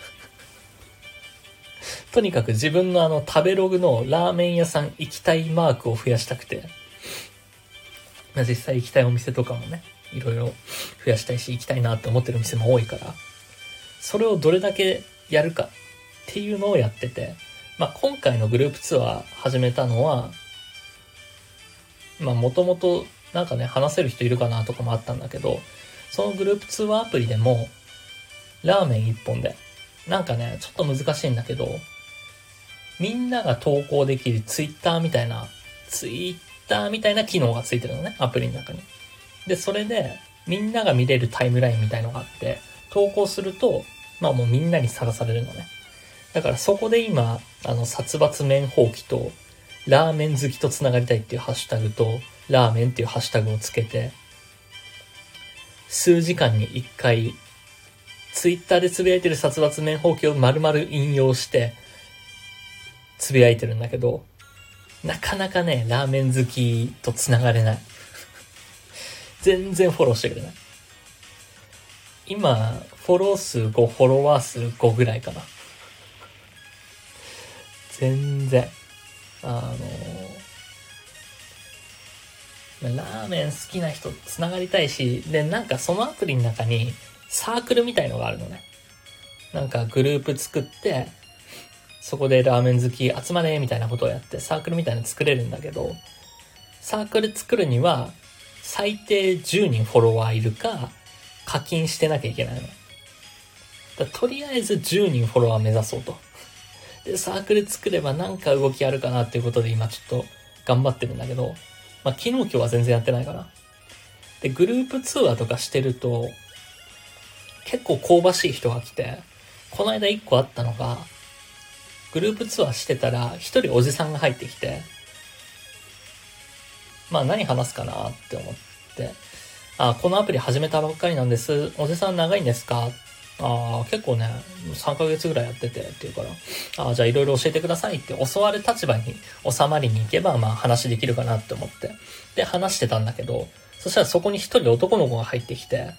とにかく自分のあの食べログのラーメン屋さん行きたいマークを増やしたくて、実際行きたいお店とかもね、いろいろ増やしたいし行きたいなって思ってる店も多いから、それをどれだけやるかっていうのをやってて、まあ今回のグループツアー始めたのは、まあもともとなんかね話せる人いるかなとかもあったんだけど、そのグループ通話アプリでもラーメン一本でなんかねちょっと難しいんだけど、みんなが投稿できるツイッターみたいなツイッターみたいな機能がついてるのね、アプリの中に。でそれでみんなが見れるタイムラインみたいのがあって、投稿するとまあもうみんなにさらされるのね。だからそこで今あの殺伐麺放棄とラーメン好きとつながりたいっていうハッシュタグとラーメンっていうハッシュタグをつけて、数時間に一回ツイッターでつぶやいてる殺伐麺放棄を丸々引用してつぶやいてるんだけど、なかなかねラーメン好きとつながれない。全然フォローしてくれない。今フォロー数ご、フォロワー数ごぐらいかな。全然あのラーメン好きな人つながりたいし、でなんかそのアプリの中にサークルみたいのがあるのね。なんかグループ作ってそこでラーメン好き集まれみたいなことをやってサークルみたいなの作れるんだけど、サークル作るには最低じゅうにんフォロワーいるか、課金してなきゃいけないの。だとりあえずじゅうにんフォロワー目指そうと。で、サークル作ればなんか動きあるかなっていうことで今ちょっと頑張ってるんだけど、まあ昨日今日は全然やってないから。で、グループ通話とかしてると、結構香ばしい人が来て、この間一個あったのが、グループ通話してたら一人おじさんが入ってきて、まあ何話すかなって思って、あ、このアプリ始めたばっかりなんです。おじさん長いんですか？ああ、結構ね、さんかげつぐらいやっててっていうから、ああ、じゃあいろいろ教えてくださいって教わる立場に収まりに行けば、まあ話できるかなって思って。で、話してたんだけど、そしたらそこに一人男の子が入ってきて、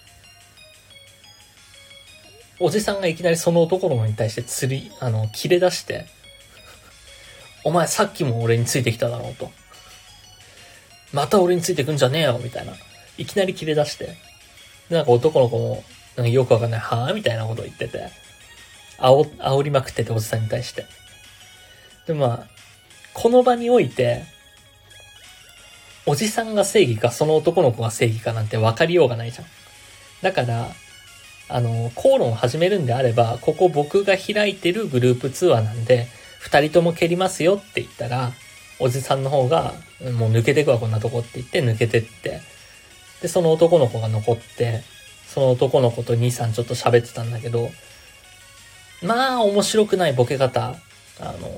おじさんがいきなりその男の子に対して釣り、あの、切れ出して、お前さっきも俺についてきただろうと。また俺についてくんじゃねえよみたいな。いきなり切れ出して。で、なんか男の子も、なんかよくわかんない、はぁみたいなことを言ってて、あお、煽りまくってて、おじさんに対して。で、まあ、この場において、おじさんが正義か、その男の子が正義かなんて分かりようがないじゃん。だから、あの、口論を始めるんであれば、ここ僕が開いてるグループ通話なんで、二人とも蹴りますよって言ったら、おじさんの方が、もう抜けてくわ、こんなとこって言って抜けてって、で、その男の子が残って、その男の子と兄さんちょっと喋ってたんだけど、まあ面白くないボケ方。あの、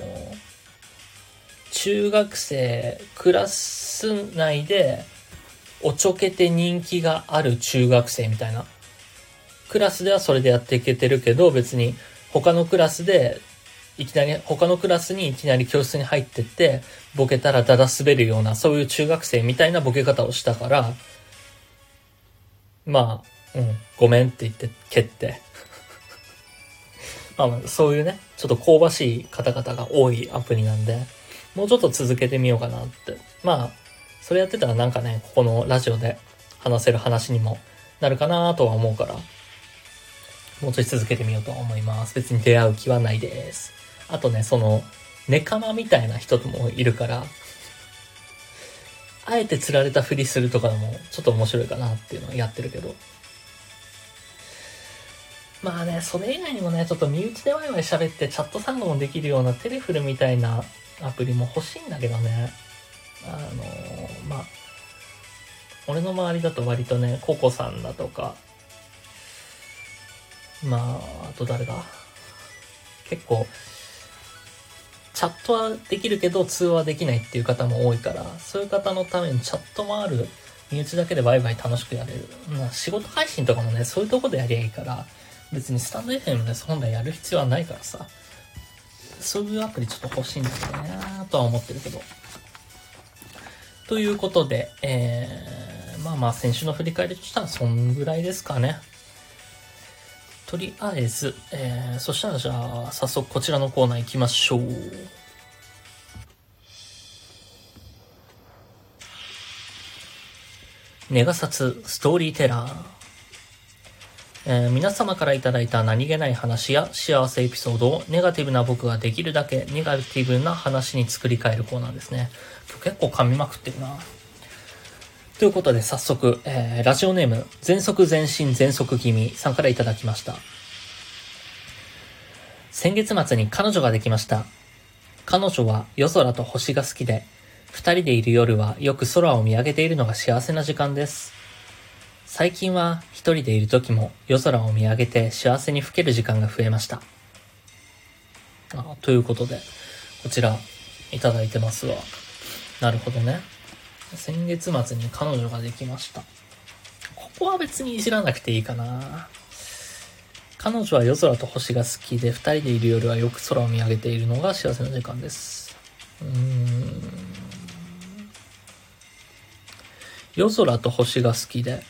中学生、クラス内でおちょけて人気がある中学生みたいな。クラスではそれでやっていけてるけど、別に他のクラスで、いきなり、他のクラスにいきなり教室に入ってって、ボケたらだだ滑るような、そういう中学生みたいなボケ方をしたから、まあ、うん、ごめんって言って蹴って。まあまあ、そういうね、ちょっと香ばしい方々が多いアプリなんで、もうちょっと続けてみようかなって。まあ、それやってたらなんかね、ここのラジオで話せる話にもなるかなとは思うから、もうちょい続けてみようと思います。別に出会う気はないです。あとね、その、ネカマみたいな人ともいるから、あえて釣られたふりするとかもちょっと面白いかなっていうのをやってるけど。まあね、それ以外にもね、ちょっと身内でワイワイ喋ってチャット参加もできるようなテレフルみたいなアプリも欲しいんだけどね。あのー、まあ、俺の周りだと割とね、ココさんだとか、まあ、あと誰だ？結構、チャットはできるけど通話できないっていう方も多いから、そういう方のためにチャットもある、身内だけでワイワイ楽しくやれる。まあ、仕事配信とかもね、そういうとこでやりゃいいから、別にスタンド エフエム で本来やる必要はないからさ、そういうアプリちょっと欲しいんだけどね、とは思ってるけど。ということで、えー、まあまあ先週の振り返りとしたらそんぐらいですかね。とりあえず、えー、そしたらじゃあ、早速こちらのコーナー行きましょう。ネガサツストーリーテラー。えー、皆様からいただいた何気ない話や幸せエピソードをネガティブな僕ができるだけネガティブな話に作り変えるコーナーですね。今日結構噛みまくってるな。ということで早速、えー、ラジオネーム全速全身全速気味さんからいただきました。先月末に彼女ができました。彼女は夜空と星が好きで、二人でいる夜はよく空を見上げているのが幸せな時間です。最近は一人でいる時も夜空を見上げて幸せに吹ける時間が増えました。あ、ということで、こちらいただいてますわ。なるほどね。先月末に彼女ができました。ここは別にいじらなくていいかな。彼女は夜空と星が好きで、二人でいる夜はよく空を見上げているのが幸せな時間です。うーん。夜空と星が好きで、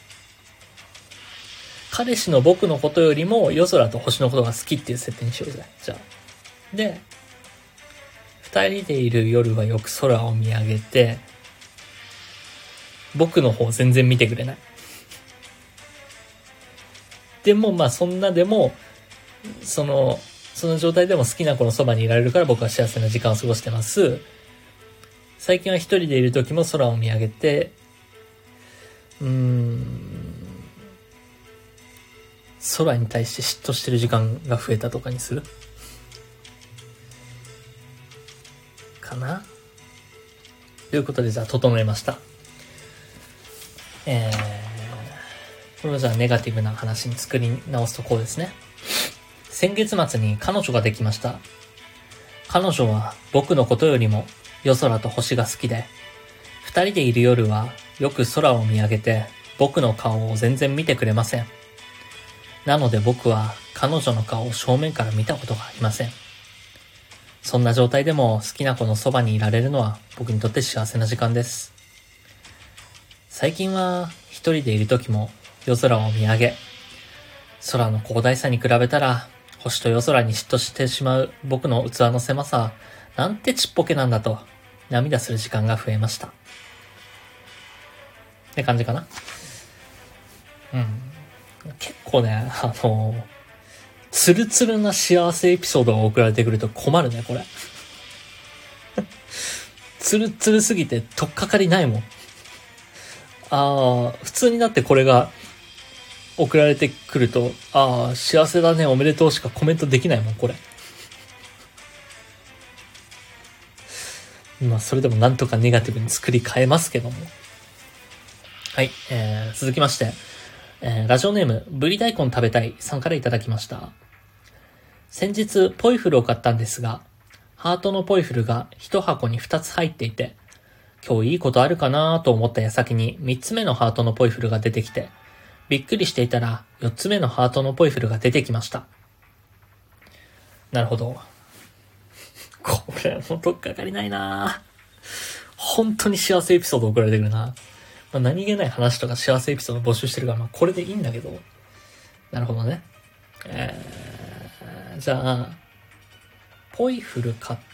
彼氏の僕のことよりも夜空と星のことが好きっていう設定にしようぜ。じゃあ。で、二人でいる夜はよく空を見上げて、僕の方全然見てくれない。でもまあそんなでも、その、その状態でも好きな子のそばにいられるから僕は幸せな時間を過ごしてます。最近は一人でいる時も空を見上げて、 うーん、空に対して嫉妬してる時間が増えたとかにするかな。ということで、じゃあ整えました。えー、これはじゃあネガティブな話に作り直すとこうですね。先月末に彼女ができました。彼女は僕のことよりも夜空と星が好きで、二人でいる夜はよく空を見上げて僕の顔を全然見てくれません。なので僕は彼女の顔を正面から見たことがありません。そんな状態でも好きな子のそばにいられるのは僕にとって幸せな時間です。最近は一人でいる時も夜空を見上げ、空の広大さに比べたら星と夜空に嫉妬してしまう僕の器の狭さ、なんてちっぽけなんだと涙する時間が増えました。って感じかな。うん。結構ね、あの、ツルツルな幸せエピソードが送られてくると困るね、これ。ツルツルすぎて取っかかりないもん。ああ、普通になってこれが送られてくると、ああ、幸せだね、おめでとうしかコメントできないもん、これ。まあ、それでもなんとかネガティブに作り変えますけども。はい、えー、続きまして、えー、ラジオネーム、ぶり大根食べたいさんからいただきました。先日、ポイフルを買ったんですが、ハートのポイフルが一箱に二つ入っていて、今日いいことあるかなと思った矢先に三つ目のハートのポイフルが出てきて、びっくりしていたら四つ目のハートのポイフルが出てきました。なるほど。これもうとっかかりないな。本当に幸せエピソード送られてくるな。まあ、何気ない話とか幸せエピソード募集してるから、まあこれでいいんだけど。なるほどね。えー、じゃあ、ポイフル買った。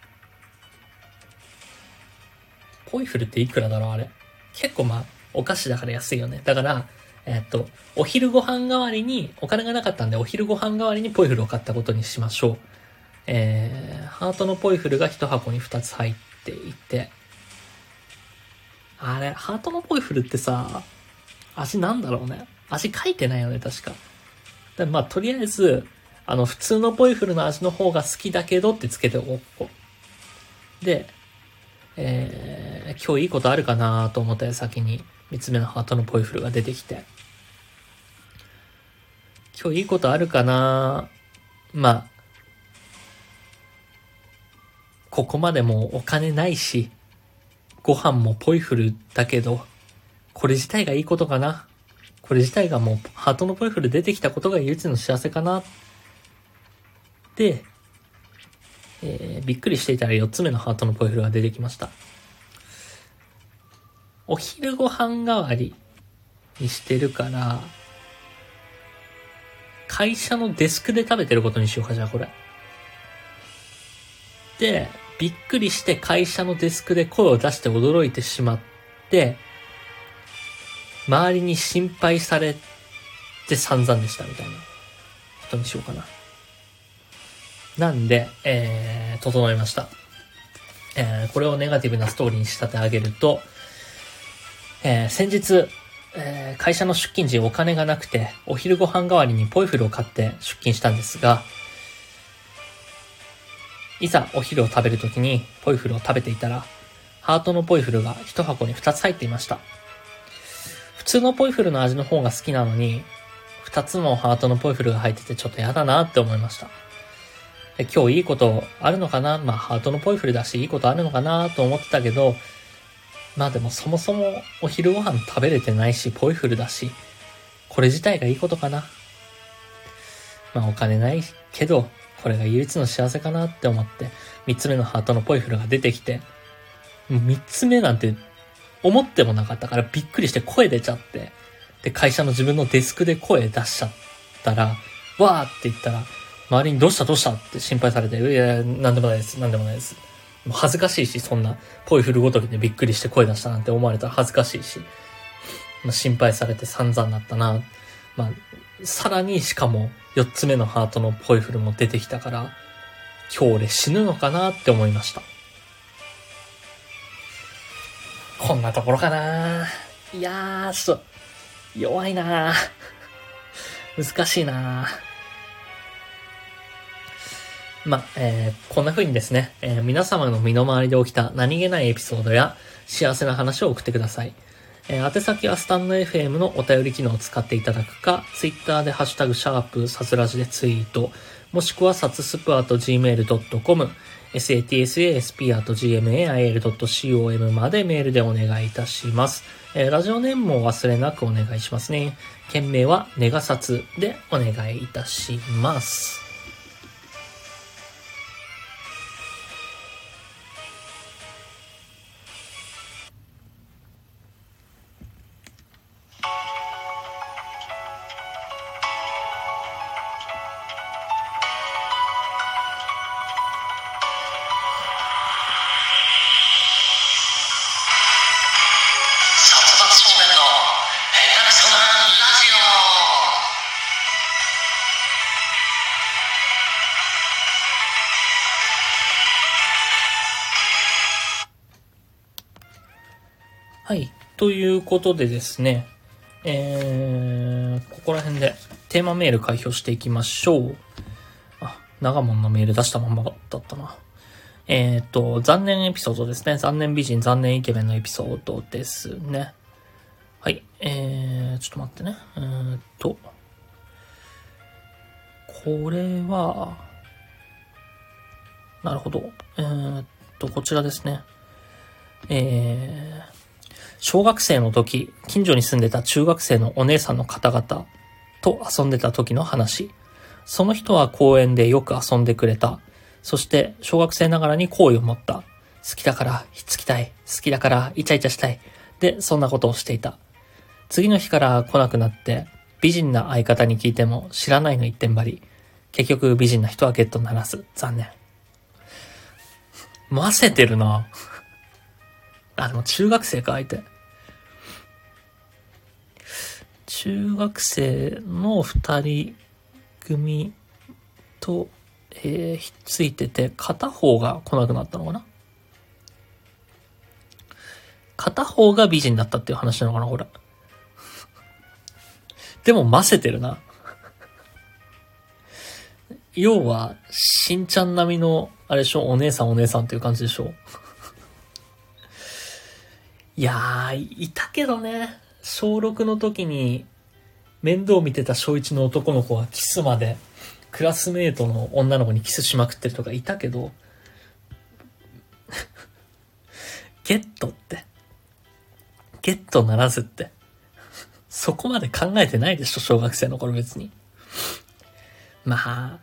ポイフルっていくらだろうあれ。結構まあ、お菓子だから安いよね。だから、えー、っと、お昼ご飯代わりに、お金がなかったんで、お昼ご飯代わりにポイフルを買ったことにしましょう。えー、ハートのポイフルが一箱に二つ入っていて、あれ、ハートのポイフルってさ、味なんだろうね。味書いてないよね、確か。でまあ、とりあえず、あの、普通のポイフルの味の方が好きだけどってつけておこう。で、えー、今日いいことあるかなと思った矢先に、三つ目のハートのポイフルが出てきて、今日いいことあるかなまあ、ここまでもうお金ないし、ご飯もポイフルだけど、これ自体がいいことかな。これ自体がもうハートのポイフル出てきたことが唯一の幸せかな。で、えー、びっくりしていたらよっつめのハートのポイフルが出てきました。お昼ご飯代わりにしてるから、会社のデスクで食べてることにしようか、じゃあこれ。で、びっくりして会社のデスクで声を出して驚いてしまって、周りに心配されて散々でしたみたいなことにしようかな。なんで、えー、整いました。えー、これをネガティブなストーリーに仕立て上げると、えー、先日、えー、会社の出勤時お金がなくて、お昼ご飯代わりにポイフルを買って出勤したんですが、いざお昼を食べるときにポイフルを食べていたら、ハートのポイフルが一箱に二つ入っていました。普通のポイフルの味の方が好きなのに、二つもハートのポイフルが入っててちょっとやだなって思いました。で今日いいことあるのかな、まあハートのポイフルだしいいことあるのかなと思ってたけど、まあでもそもそもお昼ご飯食べれてないしポイフルだし、これ自体がいいことかな。まあお金ないけど、これが唯一の幸せかなって思って、三つ目のハートのポイフルが出てきて、三つ目なんて思ってもなかったからびっくりして声出ちゃって、で、会社の自分のデスクで声出しちゃったら、わーって言ったら、周りにどうしたどうしたって心配されて、いや、なんでもないです、なんでもないです。もう恥ずかしいし、そんな、ポイフルごときでびっくりして声出したなんて思われたら恥ずかしいし、まあ、心配されて散々だったな。まあ、さらにしかもよっつめのハートのポイフルも出てきたから、今日俺死ぬのかなって思いました。こんなところかな。 いやー、ちょっと、弱いなー。難しいなー。まあ、えー、こんな風にですね、えー、皆様の身の回りで起きた何気ないエピソードや幸せな話を送ってください。えー、宛先はスタンド エフエム のお便り機能を使っていただくか、ツイッターでハッシュタグシャープサツラジでツイート、もしくはサツスプアット ジーメールドットコム、サツ アット ジーエムエーアイエルドットコム までメールでお願いいたします。えー、ラジオネームも忘れなくお願いしますね。件名はネガサツでお願いいたします。はい。ということでですね、えー、ここら辺でテーマメール開票していきましょう。あ、長門のメール出したままだったな。えーと、残念エピソードですね。残念美人、残念イケメンのエピソードですね。はい。えー、ちょっと待ってね。えーと、これは、なるほど。えーと、こちらですね。えー、小学生の時、近所に住んでた中学生のお姉さんの方々と遊んでた時の話。その人は公園でよく遊んでくれた。そして小学生ながらに好意を持った。好きだからひっつきたい。好きだからイチャイチャしたい。で、そんなことをしていた。次の日から来なくなって、美人な相方に聞いても知らないの一点張り。結局美人な人はゲットならず。残念。混ぜてるな。あ、でも中学生か、相手。中学生の二人組と、えー、ひっついてて、片方が来なくなったのかな？片方が美人だったっていう話なのかな、これ。でも、混ぜてるな。要は、しんちゃん並みの、あれでしょ、お姉さんお姉さんっていう感じでしょ。いやー、いたけどね。小ろくの時に、面倒見てた小いちの男の子はキスまで、クラスメイトの女の子にキスしまくってるとかいたけど、ゲットって、ゲットならずって、そこまで考えてないでしょ、小学生の頃別に。まあ、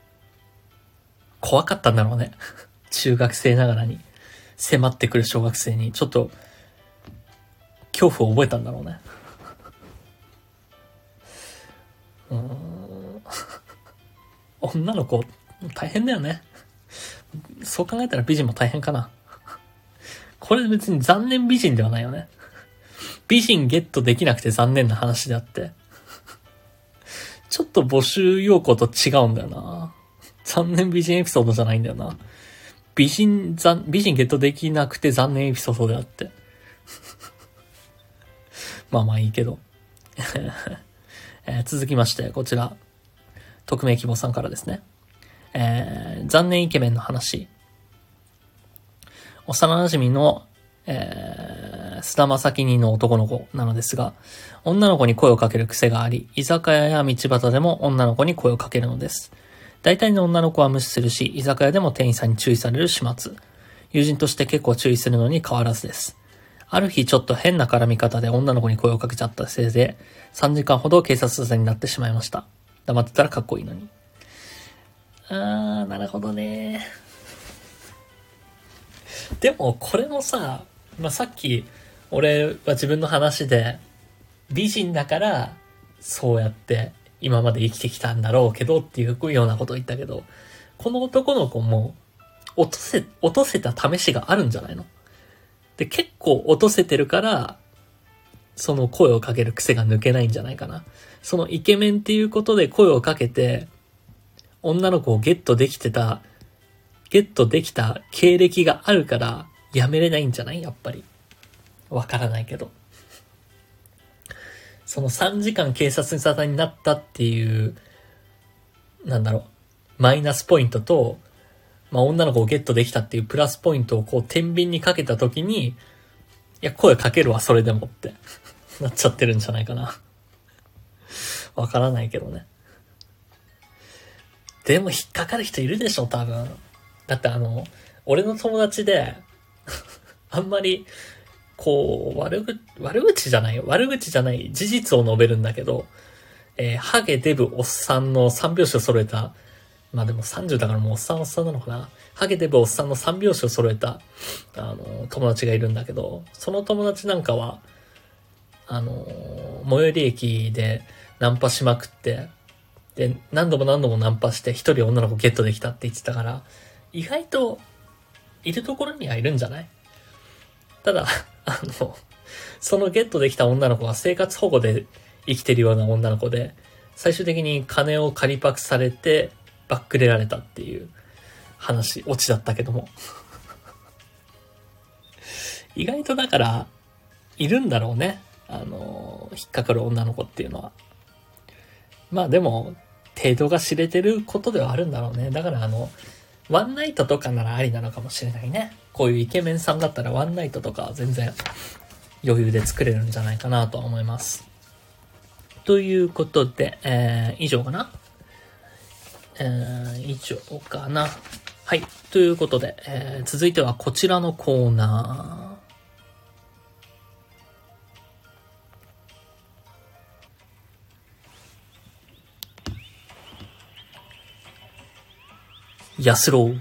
怖かったんだろうね。中学生ながらに迫ってくる小学生にちょっと恐怖を覚えたんだろうね。うーん女の子大変だよね。そう考えたら美人も大変かな。これ別に残念美人ではないよね。美人ゲットできなくて残念な話であって、ちょっと募集要項と違うんだよな。残念美人エピソードじゃないんだよな。美人、美人ゲットできなくて残念エピソードであって。まあまあいいけど。えー、続きまして、こちら。匿名希望さんからですね。えー、残念イケメンの話。幼馴染の、えー、菅田将暉の男の子なのですが、女の子に声をかける癖があり、居酒屋や道端でも女の子に声をかけるのです。大体の女の子は無視するし、居酒屋でも店員さんに注意される始末。友人として結構注意するのに変わらずです。ある日ちょっと変な絡み方で女の子に声をかけちゃったせいで、さんじかんほど警察沙汰になってしまいました。黙ってたらかっこいいのに。あー、なるほどね。でもこれもさ、まあ、さっき俺は自分の話で美人だからそうやって今まで生きてきたんだろうけどっていうようなことを言ったけど、この男の子も落とせ、落とせた試しがあるんじゃないの？で、結構落とせてるから、その声をかける癖が抜けないんじゃないかな。そのイケメンっていうことで声をかけて、女の子をゲットできてた、ゲットできた経歴があるから、やめれないんじゃない？やっぱり。わからないけど。 そのさんじかん警察沙汰になったっていう、なんだろう、マイナスポイントと、まあ女の子をゲットできたっていうプラスポイントをこう天秤にかけたときに、いや、声かけるわ、それでもってなっちゃってるんじゃないかな。わからないけどね。でも引っかかる人いるでしょ、多分。だってあの、俺の友達で、あんまり、こう、悪ぐ、悪口じゃないよ。悪口じゃない事実を述べるんだけど、えー、ハゲ、デブ、おっさんのさん拍子を揃えた、まあでもさんじゅうだからもうおっさんおっさんなのかな。ハゲ、デブ、おっさんのさん拍子を揃えた、あの、友達がいるんだけど、その友達なんかは、あの、最寄り駅でナンパしまくって、で、何度も何度もナンパして一人女の子ゲットできたって言ってたから、意外と、いるところにはいるんじゃない？ただ、あの、そのゲットできた女の子は生活保護で生きてるような女の子で、最終的に金を借りパクされて、バックレられたっていう話、オチだったけども。意外とだから、いるんだろうね。あの、引っかかる女の子っていうのは。まあでも、程度が知れてることではあるんだろうね。だからあの、ワンナイトとかならありなのかもしれないね。こういうイケメンさんだったらワンナイトとかは全然余裕で作れるんじゃないかなと思います。ということで、えー、以上かなえー、以上かなはい。ということで、えー、続いてはこちらのコーナー。安郎。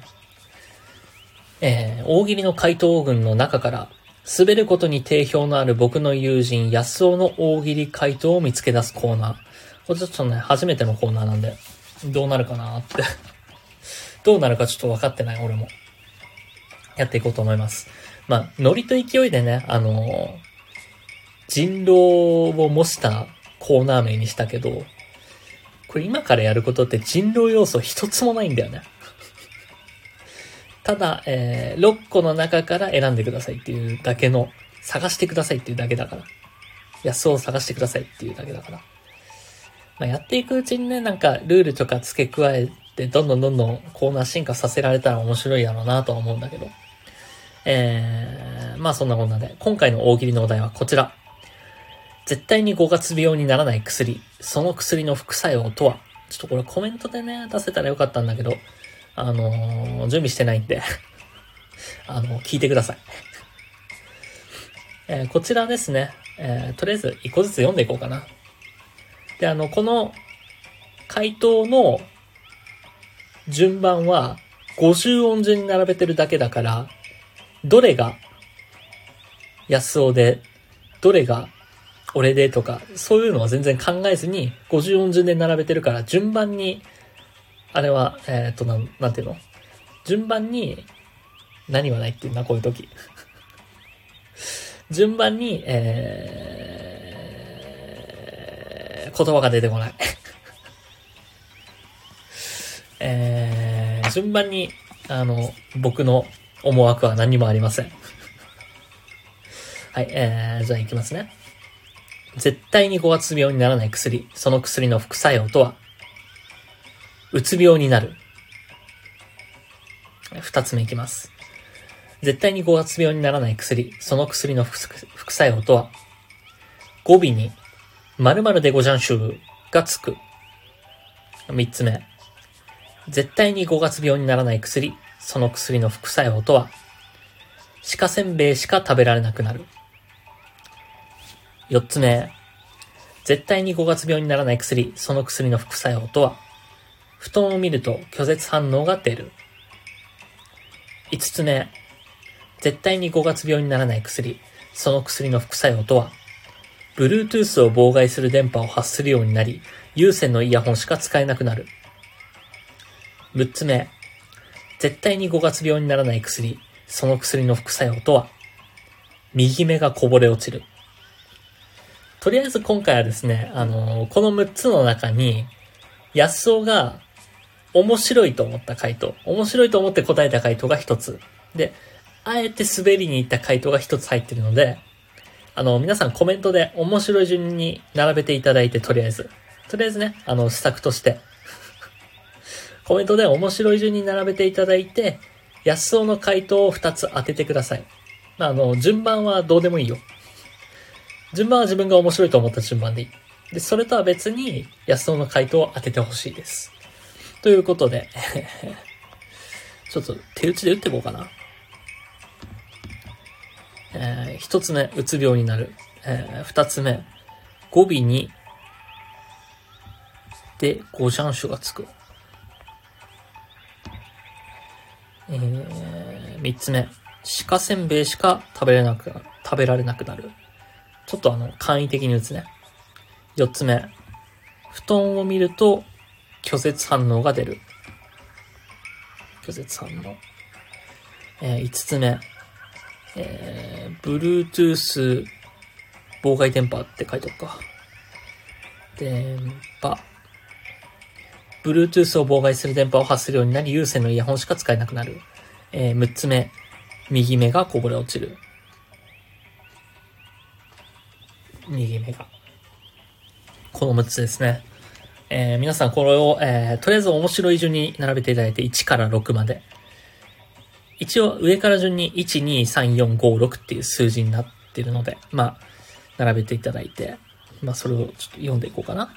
えー、大喜利の怪盗群の中から、滑ることに定評のある僕の友人、安尾の大喜利怪盗を見つけ出すコーナー。これちょっとね、初めてのコーナーなんで、どうなるかなって。どうなるかちょっと分かってない、俺も。やっていこうと思います。まあ、ノリと勢いでね、あのー、人狼を模したコーナー名にしたけど、これ今からやることって人狼要素一つもないんだよね。ただ、えー、ろっこの中から選んでくださいっていうだけの、探してくださいっていうだけだから。安を探してくださいっていうだけだから。まあ、やっていくうちにね、なんかルールとか付け加えて、どんどんどんどんコーナー進化させられたら面白いやろうなとは思うんだけど。えー、まあそんなこんなで、今回の大喜利のお題はこちら。絶対にごがつ病にならない薬。その薬の副作用とは？ちょっとこれコメントでね、出せたらよかったんだけど、あのー、準備してないんで、あの、聞いてください。えー、こちらですね、えー、とりあえず一個ずつ読んでいこうかな。で、あの、この回答の順番はごじゅう音順に並べてるだけだから、どれが安尾で、どれが俺でとか、そういうのは全然考えずにごじゅう音順で並べてるから、順番に、あれは、えっと、なん、なんていうの？順番に、何はないっていうな、こういう時。順番に、えー、言葉が出てこない。えー、順番に、あの、僕の思惑は何もありません。はい、えー、じゃあ行きますね。絶対にごがつ病にならない薬。その薬の副作用とは、うつ病になる。二つ目いきます。絶対にごがつ病にならない薬。その薬の副作用とは、語尾に、〇〇でごじゃんしゅうがつく。三つ目。絶対にごがつ病にならない薬。その薬の副作用とは、鹿せんべいしか食べられなくなる。四つ目。絶対にごがつ病にならない薬。その薬の副作用とは、布団を見ると拒絶反応が出る。五つ目。絶対にごがつ病にならない薬。その薬の副作用とは、Bluetooth を妨害する電波を発するようになり、有線のイヤホンしか使えなくなる。六つ目。絶対にごがつ病にならない薬。その薬の副作用とは、右目がこぼれ落ちる。とりあえず今回はですね、あのー、このむっつの中に、安尾が面白いと思った回答、面白いと思って答えた回答が一つ。で、あえて滑りに行った回答が一つ入ってるので、 あの、皆さんコメントで面白い順に並べていただいて、とりあえず。とりあえずね、あの、施策として。コメントで面白い順に並べていただいて、安尾の回答をふたつ当ててください。あの、順番はどうでもいいよ。順番は自分が面白いと思った順番でいい。で、それとは別に、安尾の回答を当ててほしいです。ということで、ちょっと手打ちで打っていこうかな。えー、一つ目、うつ病になる。えー、二つ目、語尾に、で、ゴジャン種がつく。えー、三つ目、鹿せんべいしか食べれなくなる。食べられなくなる。ちょっとあの、簡易的に打つね。四つ目、布団を見ると拒絶反応が出る。拒絶反応。えー、五つ目、えー、Bluetooth 妨害電波って書いておくか。電波。Bluetooth を妨害する電波を発するようになり、有線のイヤホンしか使えなくなる。えー、六つ目、右目がこぼれ落ちる。右目が。このむっつですね。えー、皆さんこれを、えー、とりあえず面白い順に並べていただいていちからろくまで。一応上から順にいち、に、さん、よん、ご、ろくっていう数字になっているので、まあ、並べていただいて、まあそれをちょっと読んでいこうかな。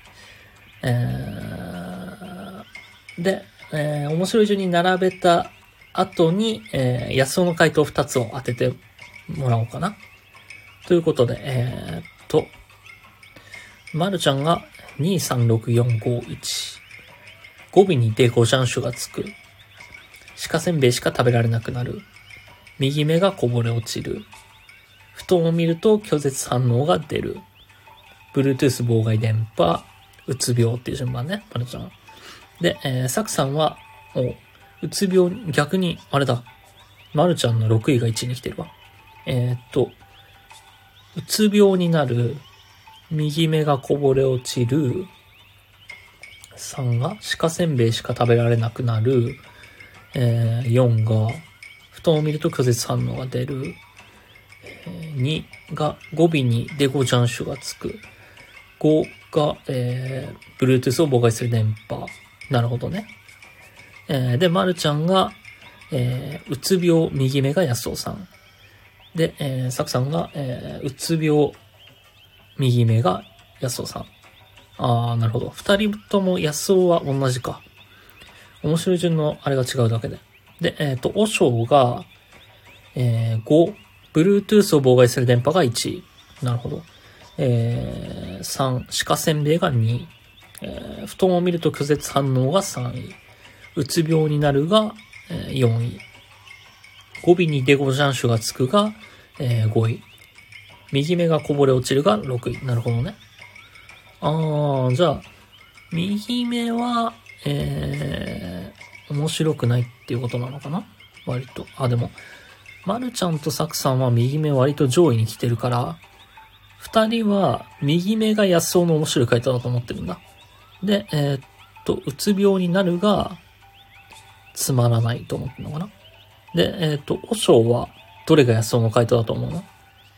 えー、で、えー、面白い順に並べた後に、えー、安尾の回答ふたつを当ててもらおうかな。ということで、えー、っと、まるちゃんがにさんろくよんごいち。語尾にでゴジャン種がつく。鹿せんべいしか食べられなくなる。右目がこぼれ落ちる。布団を見ると拒絶反応が出る。Bluetooth 妨害電波、うつ病っていう順番ね、まるちゃん。で、えー、サクさんは、お、うつ病、逆に、あれだ。まるちゃんのろくいがいちいに来てるわ。えー、っと、うつ病になる。右目がこぼれ落ちる。さんが鹿せんべいしか食べられなくなる。えー、よんが布団を見ると拒絶反応が出る。えー、にが語尾にでゴジャン種がつく。ごが、えー、Bluetooth を妨害する電波。なるほどね。えー、で、まるちゃんが、えー、うつ病右目が安尾さん。で、えー、さくさんが、えー、うつ病右目が安尾さん。あー、なるほど。二人とも安尾は同じか。面白い順のあれが違うだけで。で、えっ、ー、と、おしょうが、えー、ご、Bluetooth を妨害する電波がいち。なるほど。えー、さん、鹿せんべいがに。えー、布団を見ると拒絶反応がさんい。うつ病になるが、えー、よんい。語尾にデゴジャン種がつくが、えー、ごい。右目がこぼれ落ちるがろくい。なるほどね。あー、じゃあ、右目は、えー、面白くないっていうことなのかな割と。あ、でも、まるちゃんとさくさんは右目割と上位に来てるから、二人は右目が安尾の面白い回答だと思ってるんだ。で、えー、っと、うつ病になるが、つまらないと思ってるのかなで、えー、っと、おしょうは、どれが安尾の回答だと思うの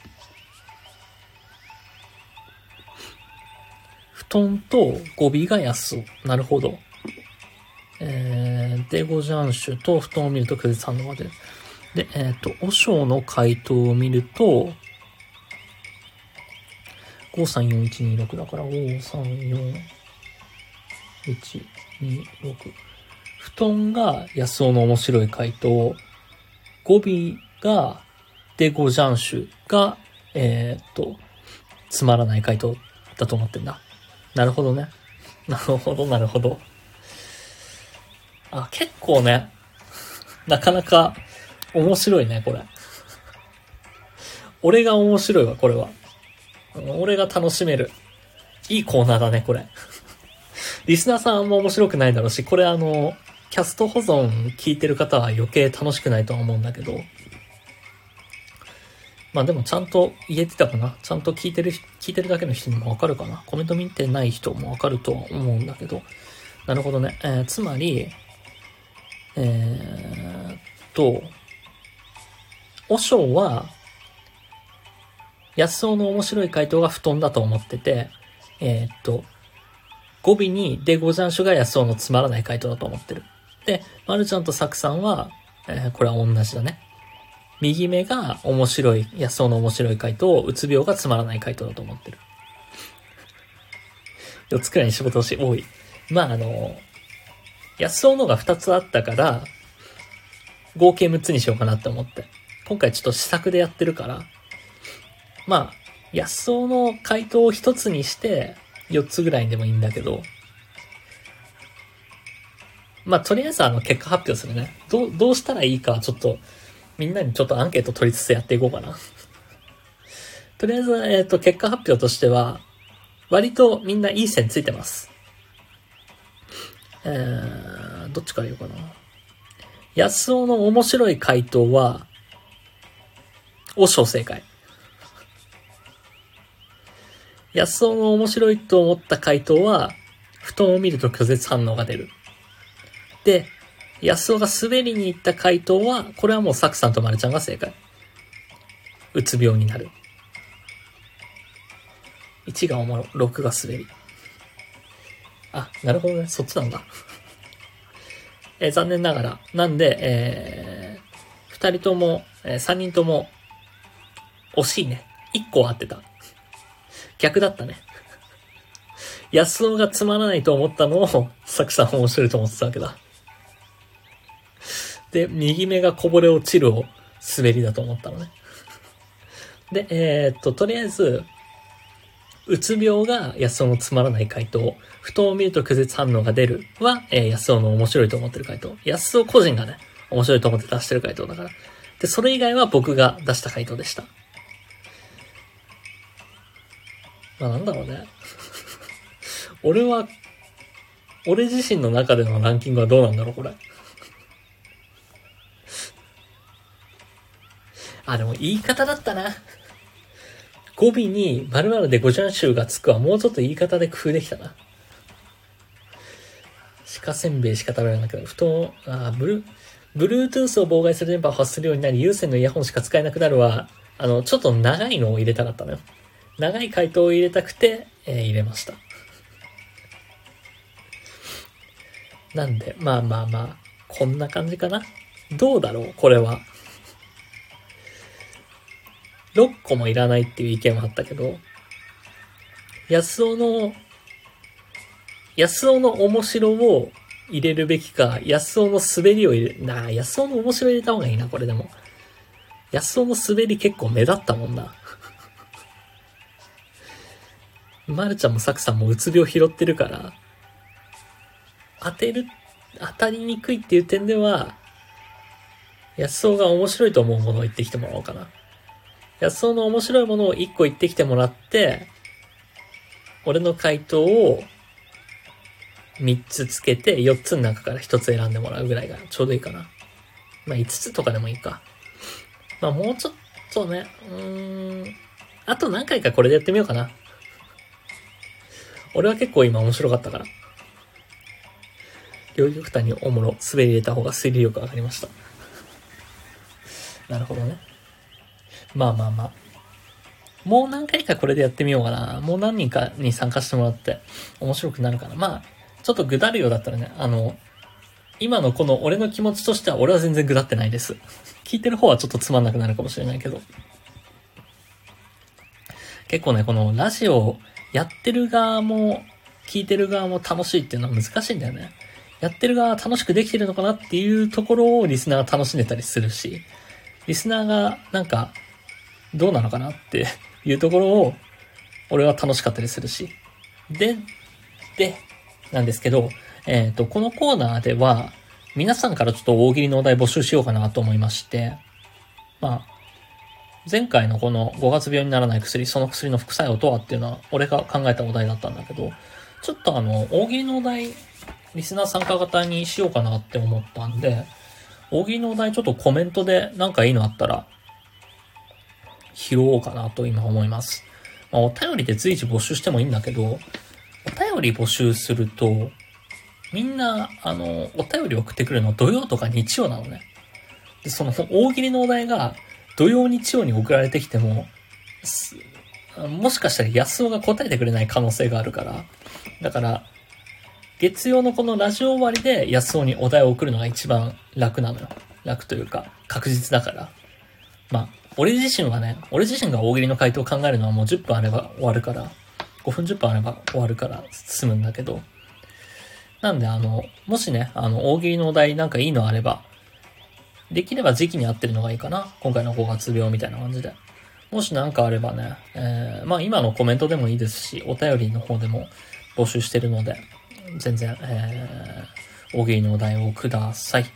布団と語尾が安尾。なるほど。えー、で、ゴジャン種と布団を見ると拒絶反応が出る。で、えっと、おしょうの回答を見ると、ごさんよんいちにろくだから、ごさんよんいちにろく。布団が安尾の面白い回答、語尾がでゴジャン種が、えー、っと、つまらない回答だと思ってんだ。なるほどね。なるほど、なるほど。あ、結構ね、なかなか面白いね、これ。俺が面白いわ、これは。俺が楽しめる。いいコーナーだね、これ。リスナーさんも面白くないだろうし、これあの、キャスト保存聞いてる方は余計楽しくないとは思うんだけど、まあでもちゃんと言えてたかな。ちゃんと聞いてる、聞いてるだけの人にもわかるかな。コメント見てない人もわかるとは思うんだけど。なるほどね。えー、つまり、えーっと、おしょうは、 安尾の面白い回答が布団だと思ってて、えー、っと、語尾にでごじゃんしゅが安尾のつまらない回答だと思ってる。で、まるちゃんとサクさんは、えー、これは同じだね。右目が面白い、安尾の面白い回答、うつ病がつまらない回答だと思ってる。よっつくらいに絞ってほしい。多い。まあ、あの、安尾のがふたつあったから、合計むっつにしようかなって思って。今回ちょっと試作でやってるから、まあ、安尾の回答をひとつにして、よっつぐらいでもいいんだけど、まあ、とりあえずあの、結果発表するね。どう、どうしたらいいか、ちょっと、みんなにちょっとアンケート取りつつやっていこうかな。とりあえず、えっと、結果発表としては、割とみんないい線ついてます。えー、どっちから言おうかな。安尾の面白い回答は、おしょ正解。安尾の面白いと思った回答は、布団を見ると拒絶反応が出る。で、安尾が滑りに行った回答は、これはもうサクさんとマルちゃんが正解。うつ病になる。いちがおもろ、ろくが滑り。あ、なるほどね。そっちなんだ。えー、残念ながら。なんで、えー、ふたりとも、えー、さんにんとも、惜しいね。いっこ合ってた。逆だったね。安尾がつまらないと思ったのを、サクさん面白いと思ってたわけだ。で、右目がこぼれ落ちるを滑りだと思ったのね。で、えー、っと、とりあえず、うつ病が安尾のつまらない回答。布団を見ると拒絶反応が出るは、えー、安尾の面白いと思ってる回答。安尾個人がね、面白いと思って出してる回答だから。で、それ以外は僕が出した回答でした。まあなんだろうね。俺は、俺自身の中でのランキングはどうなんだろう、これ。あ、でも言い方だったな。語尾に〇〇でごじゃんしゅうがつくはもうちょっと言い方で工夫できたな。鹿せんべいしか食べられなくなる。布団、あ、ブル、Bluetooth を妨害する電波を発するようになり、有線のイヤホンしか使えなくなるは、あの、ちょっと長いのを入れたかったのよ。長い回答を入れたくて、えー、入れました。なんで、まあまあまあ、こんな感じかな。どうだろうこれは。ろっこもいらないっていう意見はあったけど、安尾の、安尾の面白を入れるべきか、安尾の滑りを入れ、なあ、安尾の面白入れた方がいいな、これでも。安尾の滑り結構目立ったもんな。まるちゃんもサクさんもうつ病拾ってるから、当てる、当たりにくいっていう点では、安尾が面白いと思うものを言ってきてもらおうかな。安尾の面白いものをいっこ言ってきてもらって、俺の回答をみっつつけてよっつの中からひとつ選んでもらうぐらいがちょうどいいかな。まあいつつとかでもいいか。まあもうちょっとね、うーん、あと何回かこれでやってみようかな。俺は結構今面白かったから。両極端におもろ、滑り入れた方が推理力上がりました。なるほどね。まあまあまあ。もう何回かこれでやってみようかな。もう何人かに参加してもらって面白くなるかな。まあ、ちょっとぐだるようだったらね、あの、今のこの俺の気持ちとしては俺は全然ぐだってないです。聞いてる方はちょっとつまんなくなるかもしれないけど。結構ね、このラジオやってる側も聞いてる側も楽しいっていうのは難しいんだよね。やってる側は楽しくできてるのかなっていうところをリスナーが楽しんでたりするし、リスナーがなんかどうなのかなっていうところを俺は楽しかったりするし。で、で、なんですけど、えっと、このコーナーでは皆さんからちょっと大喜利のお題募集しようかなと思いまして、まあ、前回のこのごがつ病にならない薬、その薬の副作用とはっていうのは俺が考えたお題だったんだけど、ちょっとあの、大喜利のお題、リスナー参加型にしようかなって思ったんで、大喜利のお題ちょっとコメントでなんかいいのあったら、拾おうかなと今思います。まあ、お便りで随時募集してもいいんだけど、お便り募集すると、みんな、あの、お便り送ってくるの土曜とか日曜なのね。で、その大喜利のお題が土曜日曜に送られてきても、 もしかしたら安尾が答えてくれない可能性があるから、だから、月曜のこのラジオ終わりで安尾にお題を送るのが一番楽なのよ。楽というか、確実だから。まあ、俺自身はね、俺自身が大喜利の回答を考えるのはもうじゅっぷんあれば終わるから、ごふんじゅっぷんあれば終わるから済むんだけど、なんであの、もしね、あの、大喜利のお題なんかいいのあれば、できれば時期に合ってるのがいいかな。今回のごがつ病みたいな感じで。もしなんかあればね、えー、まあ今のコメントでもいいですし、お便りの方でも募集してるので、全然、えー、大喜利のお題をください。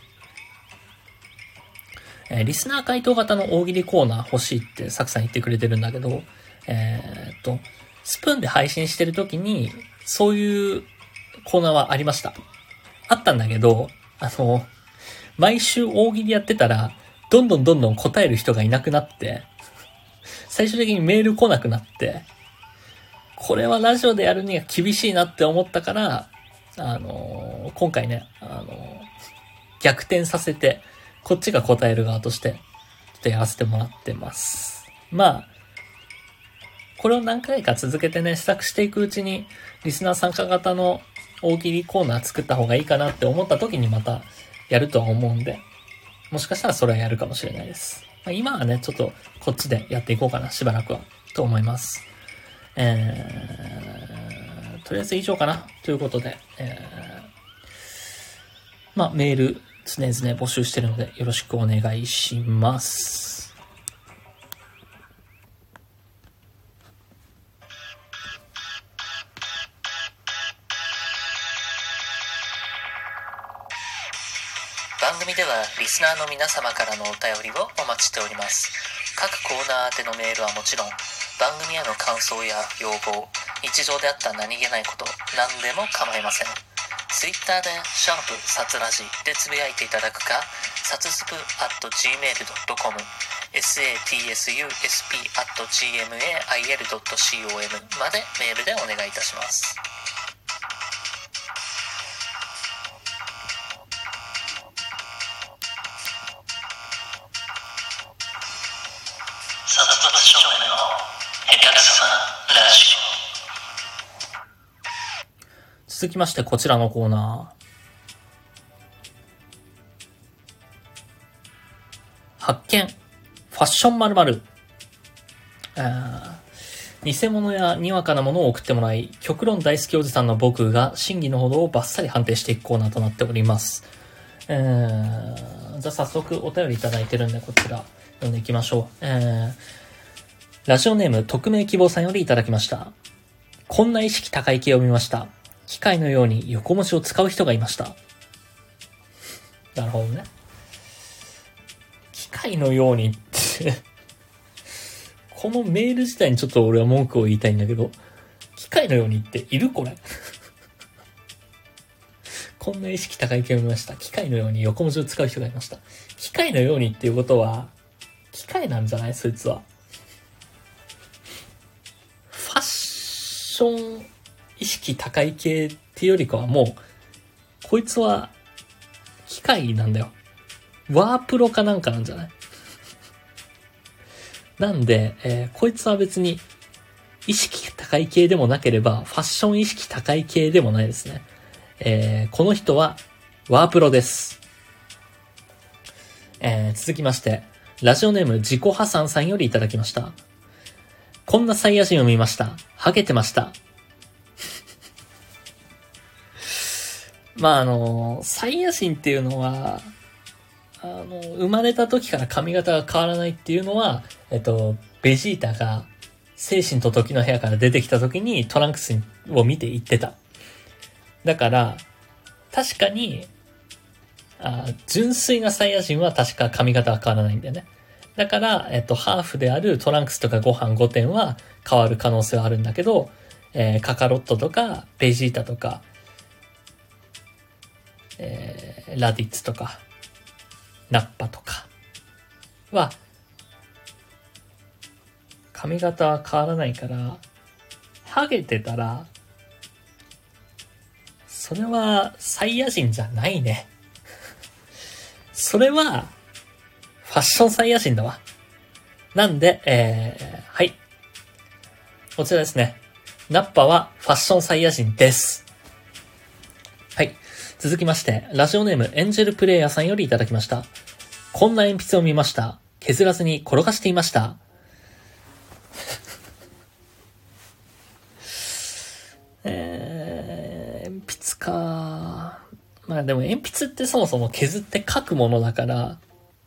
えー、リスナー回答型の大喜利コーナー欲しいってサクさん言ってくれてるんだけど、えー、っと、スプーンで配信してる時に、そういうコーナーはありました。あったんだけど、あの、毎週大喜利やってたら、どんどんどんどん答える人がいなくなって、最終的にメール来なくなって、これはラジオでやるには厳しいなって思ったから、あのー、今回ね、あのー、逆転させて、こっちが答える側として、ちょっとやらせてもらってます。まあ、これを何回か続けてね、試作していくうちに、リスナー参加型の大喜利コーナー作った方がいいかなって思った時にまたやるとは思うんで、もしかしたらそれはやるかもしれないです。まあ、今はね、ちょっとこっちでやっていこうかな、しばらくは、と思います。えー、とりあえず以上かな、ということで、えー、まあ、メール、常々募集してるので、よろしくお願いします。番組ではリスナーの皆様からのお便りをお待ちしております。各コーナー宛てのメールはもちろん、番組への感想や要望、日常であった何気ないこと、何でも構いません。ツイッターでシャープサツラジでつぶやいていただくか、サツスプ アットジーメールドットコム、サツスプ アットジーメールドットコム までメールでお願いいたします。続きましてこちらのコーナー、発見ファッション〇〇、偽物やにわかなものを送ってもらい、極論大好きおじさんの僕が真偽のほどをバッサリ判定していくコーナーとなっております。えー、じゃあ早速お便りいただいてるんでこちら読んでいきましょう。えー、ラジオネーム匿名希望さんよりいただきました。こんな意識高い系を見ました。機械のように横文字を使う人がいました。なるほどね。機械のようにってこのメール自体にちょっと俺は文句を言いたいんだけど、機械のようにっているこれこんな意識高い系を見ました。機械のように横文字を使う人がいました。機械のようにっていうことは機械なんじゃない？そいつはファッション意識高い系っていうよりかはもうこいつは機械なんだよ。ワープロかなんかなんじゃない？なんで、えー、こいつは別に意識高い系でもなければファッション意識高い系でもないですね。えー、この人はワープロです。えー、続きましてラジオネーム自己破産さんよりいただきました。こんなサイヤ人を見ました。ハゲてました。まああのサイヤ人っていうのはあの生まれた時から髪型が変わらないっていうのは、えっとベジータが精神と時の部屋から出てきた時にトランクスを見て言ってた。だから確かにあ純粋なサイヤ人は確か髪型は変わらないんだよね。だからえっとハーフであるトランクスとかご飯ごてんは変わる可能性はあるんだけど、えー、カカロットとかベジータとかえー、ラディッツとかナッパとかは髪型は変わらないから、ハゲてたらそれはサイヤ人じゃないね。それはファッションサイヤ人だわ。なんで、えー、はいこちらですね。ナッパはファッションサイヤ人です。はい。続きまして、ラジオネームエンジェルプレイヤーさんよりいただきました。こんな鉛筆を見ました。削らずに転がしていました。えー、鉛筆か。まあでも鉛筆ってそもそも削って書くものだから、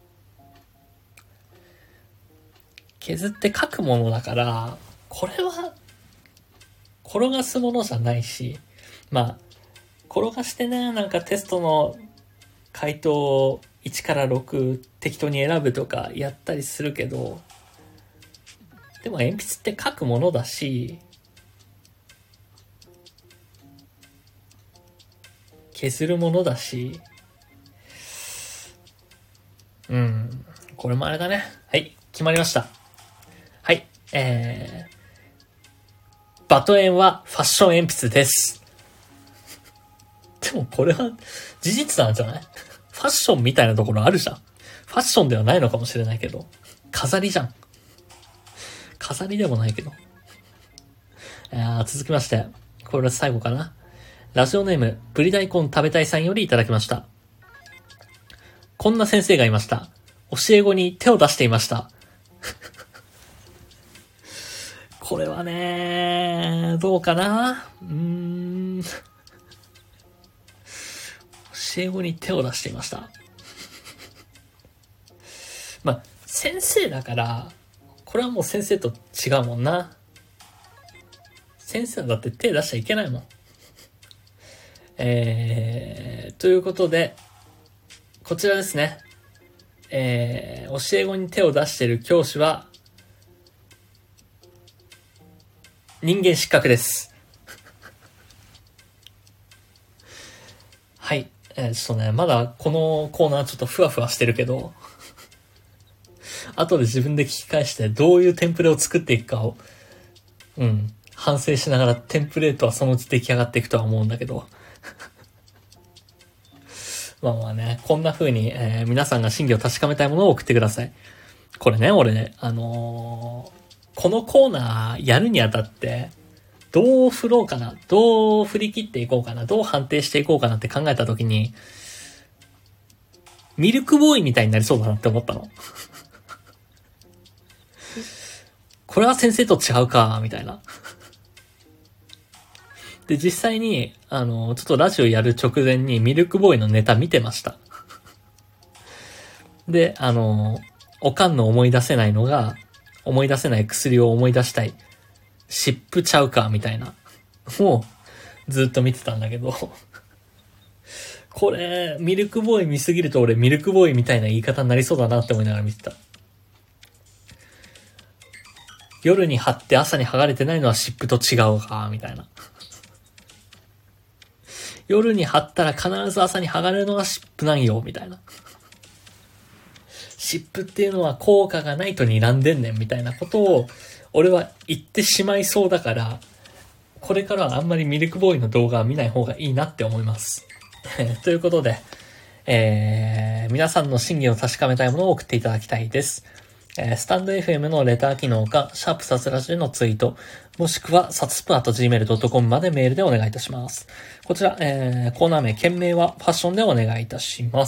削って書くものだから、これは、転がすものじゃないし、まあ、転がしてね、なんかテストの回答をいちからろく適当に選ぶとかやったりするけど、でも鉛筆って書くものだし、削るものだし、うん、これもあれだね。はい、決まりました。はい、えー、バトエンはファッション鉛筆です。でもこれは事実なんじゃない？ファッションみたいなところあるじゃん。ファッションではないのかもしれないけど、飾りじゃん。飾りでもないけど。あ続きまして、これ最後かな。ラジオネーム、ぶり大根食べたいさんよりいただきました。こんな先生がいました。教え子に手を出していました。これはね、どうかな？うーん。教え子に手を出していました。まあ、先生だから、これはもう先生と違うもんな。先生だって手出しちゃいけないもん。えー、ということで、こちらですね。えー、教え子に手を出している教師は、人間失格です。はい。えー、ちょっとね、まだこのコーナーちょっとふわふわしてるけど、後で自分で聞き返してどういうテンプレを作っていくかを、うん、反省しながらテンプレートはそのうち出来上がっていくとは思うんだけど、まあまあね、こんな風に、えー、皆さんが真偽を確かめたいものを送ってください。これね、俺ね、あのー、このコーナーやるにあたって、どう振ろうかな、どう振り切っていこうかな、どう判定していこうかなって考えたときに、ミルクボーイみたいになりそうだなって思ったの。これは先生と違うか、みたいな。で、実際に、あの、ちょっとラジオやる直前にミルクボーイのネタ見てました。で、あの、おかんの思い出せないのが、思い出せない薬を思い出したい。湿布ちゃうか、みたいな。もう、ずっと見てたんだけど。これ、ミルクボーイ見すぎると俺ミルクボーイみたいな言い方になりそうだなって思いながら見てた。夜に貼って朝に剥がれてないのは湿布と違うか、みたいな。夜に貼ったら必ず朝に剥がれるのが湿布なんよ、みたいな。湿布っていうのは効果がないと睨んでんねん、みたいなことを、俺は言ってしまいそうだから、これからはあんまりミルクボーイの動画は見ない方がいいなって思います。ということで、えー、皆さんの真偽を確かめたいものを送っていただきたいです。えー、スタンド エフエム のレター機能か、シャープサツラジでのツイート、もしくは、サツスプ アット ジーメール ドット コム までメールでお願いいたします。こちら、えー、コーナー名、件名はファッションでお願いいたします。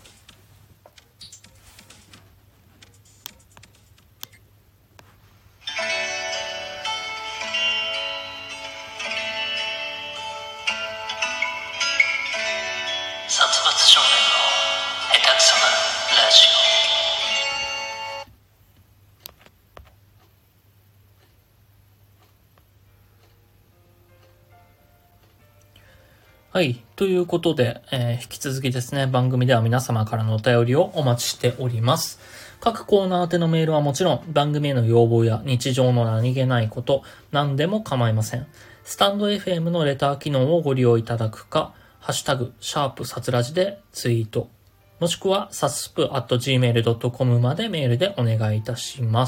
殺伐少年の下手くそなラジオ。はい。ということで、えー、引き続きですね、番組では皆様からのお便りをお待ちしております。各コーナー宛てのメールはもちろん、番組への要望や日常の何気ないこと、何でも構いません。スタンド エフエム のレター機能をご利用いただくか、ハッシュタグ、シャープサツラジでツイート、もしくは、サスプ アット ジーメール ドット コム までメールでお願いいたします。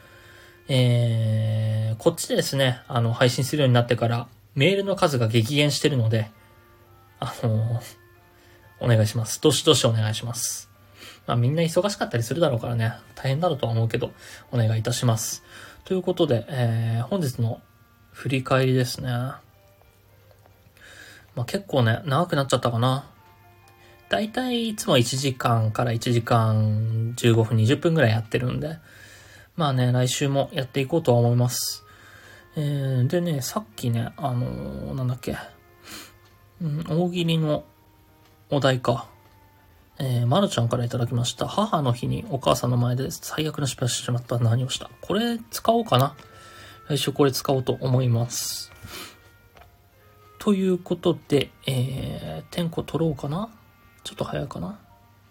えー、こっちでですね、あの、配信するようになってから、メールの数が激減してるので、あのー、お願いします。どしどしお願いします。まあみんな忙しかったりするだろうからね、大変だろうとは思うけど、お願いいたします。 ということで、えー、本日の振り返りですね。まあ、結構ね、長くなっちゃったかな。だいたいいつもいちじかんからいちじかんじゅうごふん、にじゅっぷんぐらいやってるんで、まあね、来週もやっていこうとは思います。えー、でね、さっきね、あのー、なんだっけ、うん、大喜利のお題か。えー、まるちゃんからいただきました。母の日にお母さんの前で最悪な失敗してしまった何をした。これ使おうかな。来週これ使おうと思います。ということで、えー、点呼取ろうかな。ちょっと早いかな。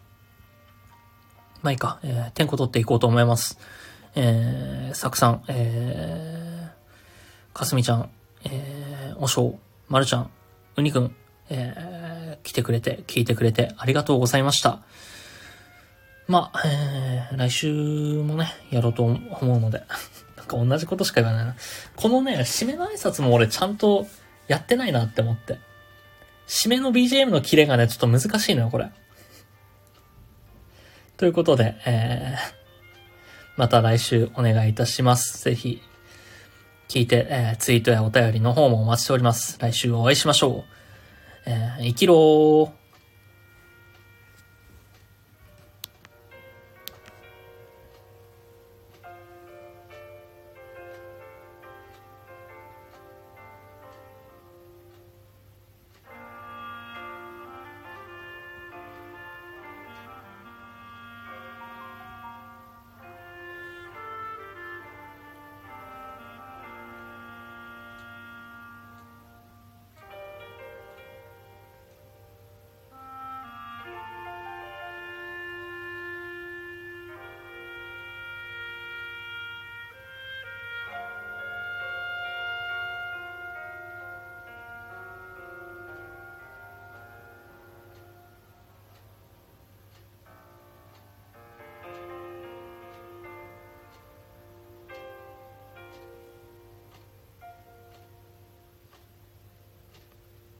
まあいいか、えー、点呼取っていこうと思います。えー、さくさん、えー、かすみちゃん、えー、おしょう、まるちゃん、うにくん、えー、来てくれて、聞いてくれてありがとうございました。まあ、えー、来週もね、やろうと思うので、なんか同じことしか言わないな。このね、締めの挨拶も俺ちゃんとやってないなって思って。締めの ビージーエム のキレがね、ちょっと難しいのよ、これ。ということで、えー、また来週お願いいたします。ぜひ、聞いて、えー、ツイートやお便りの方もお待ちしております。来週お会いしましょう。えー、生きろー。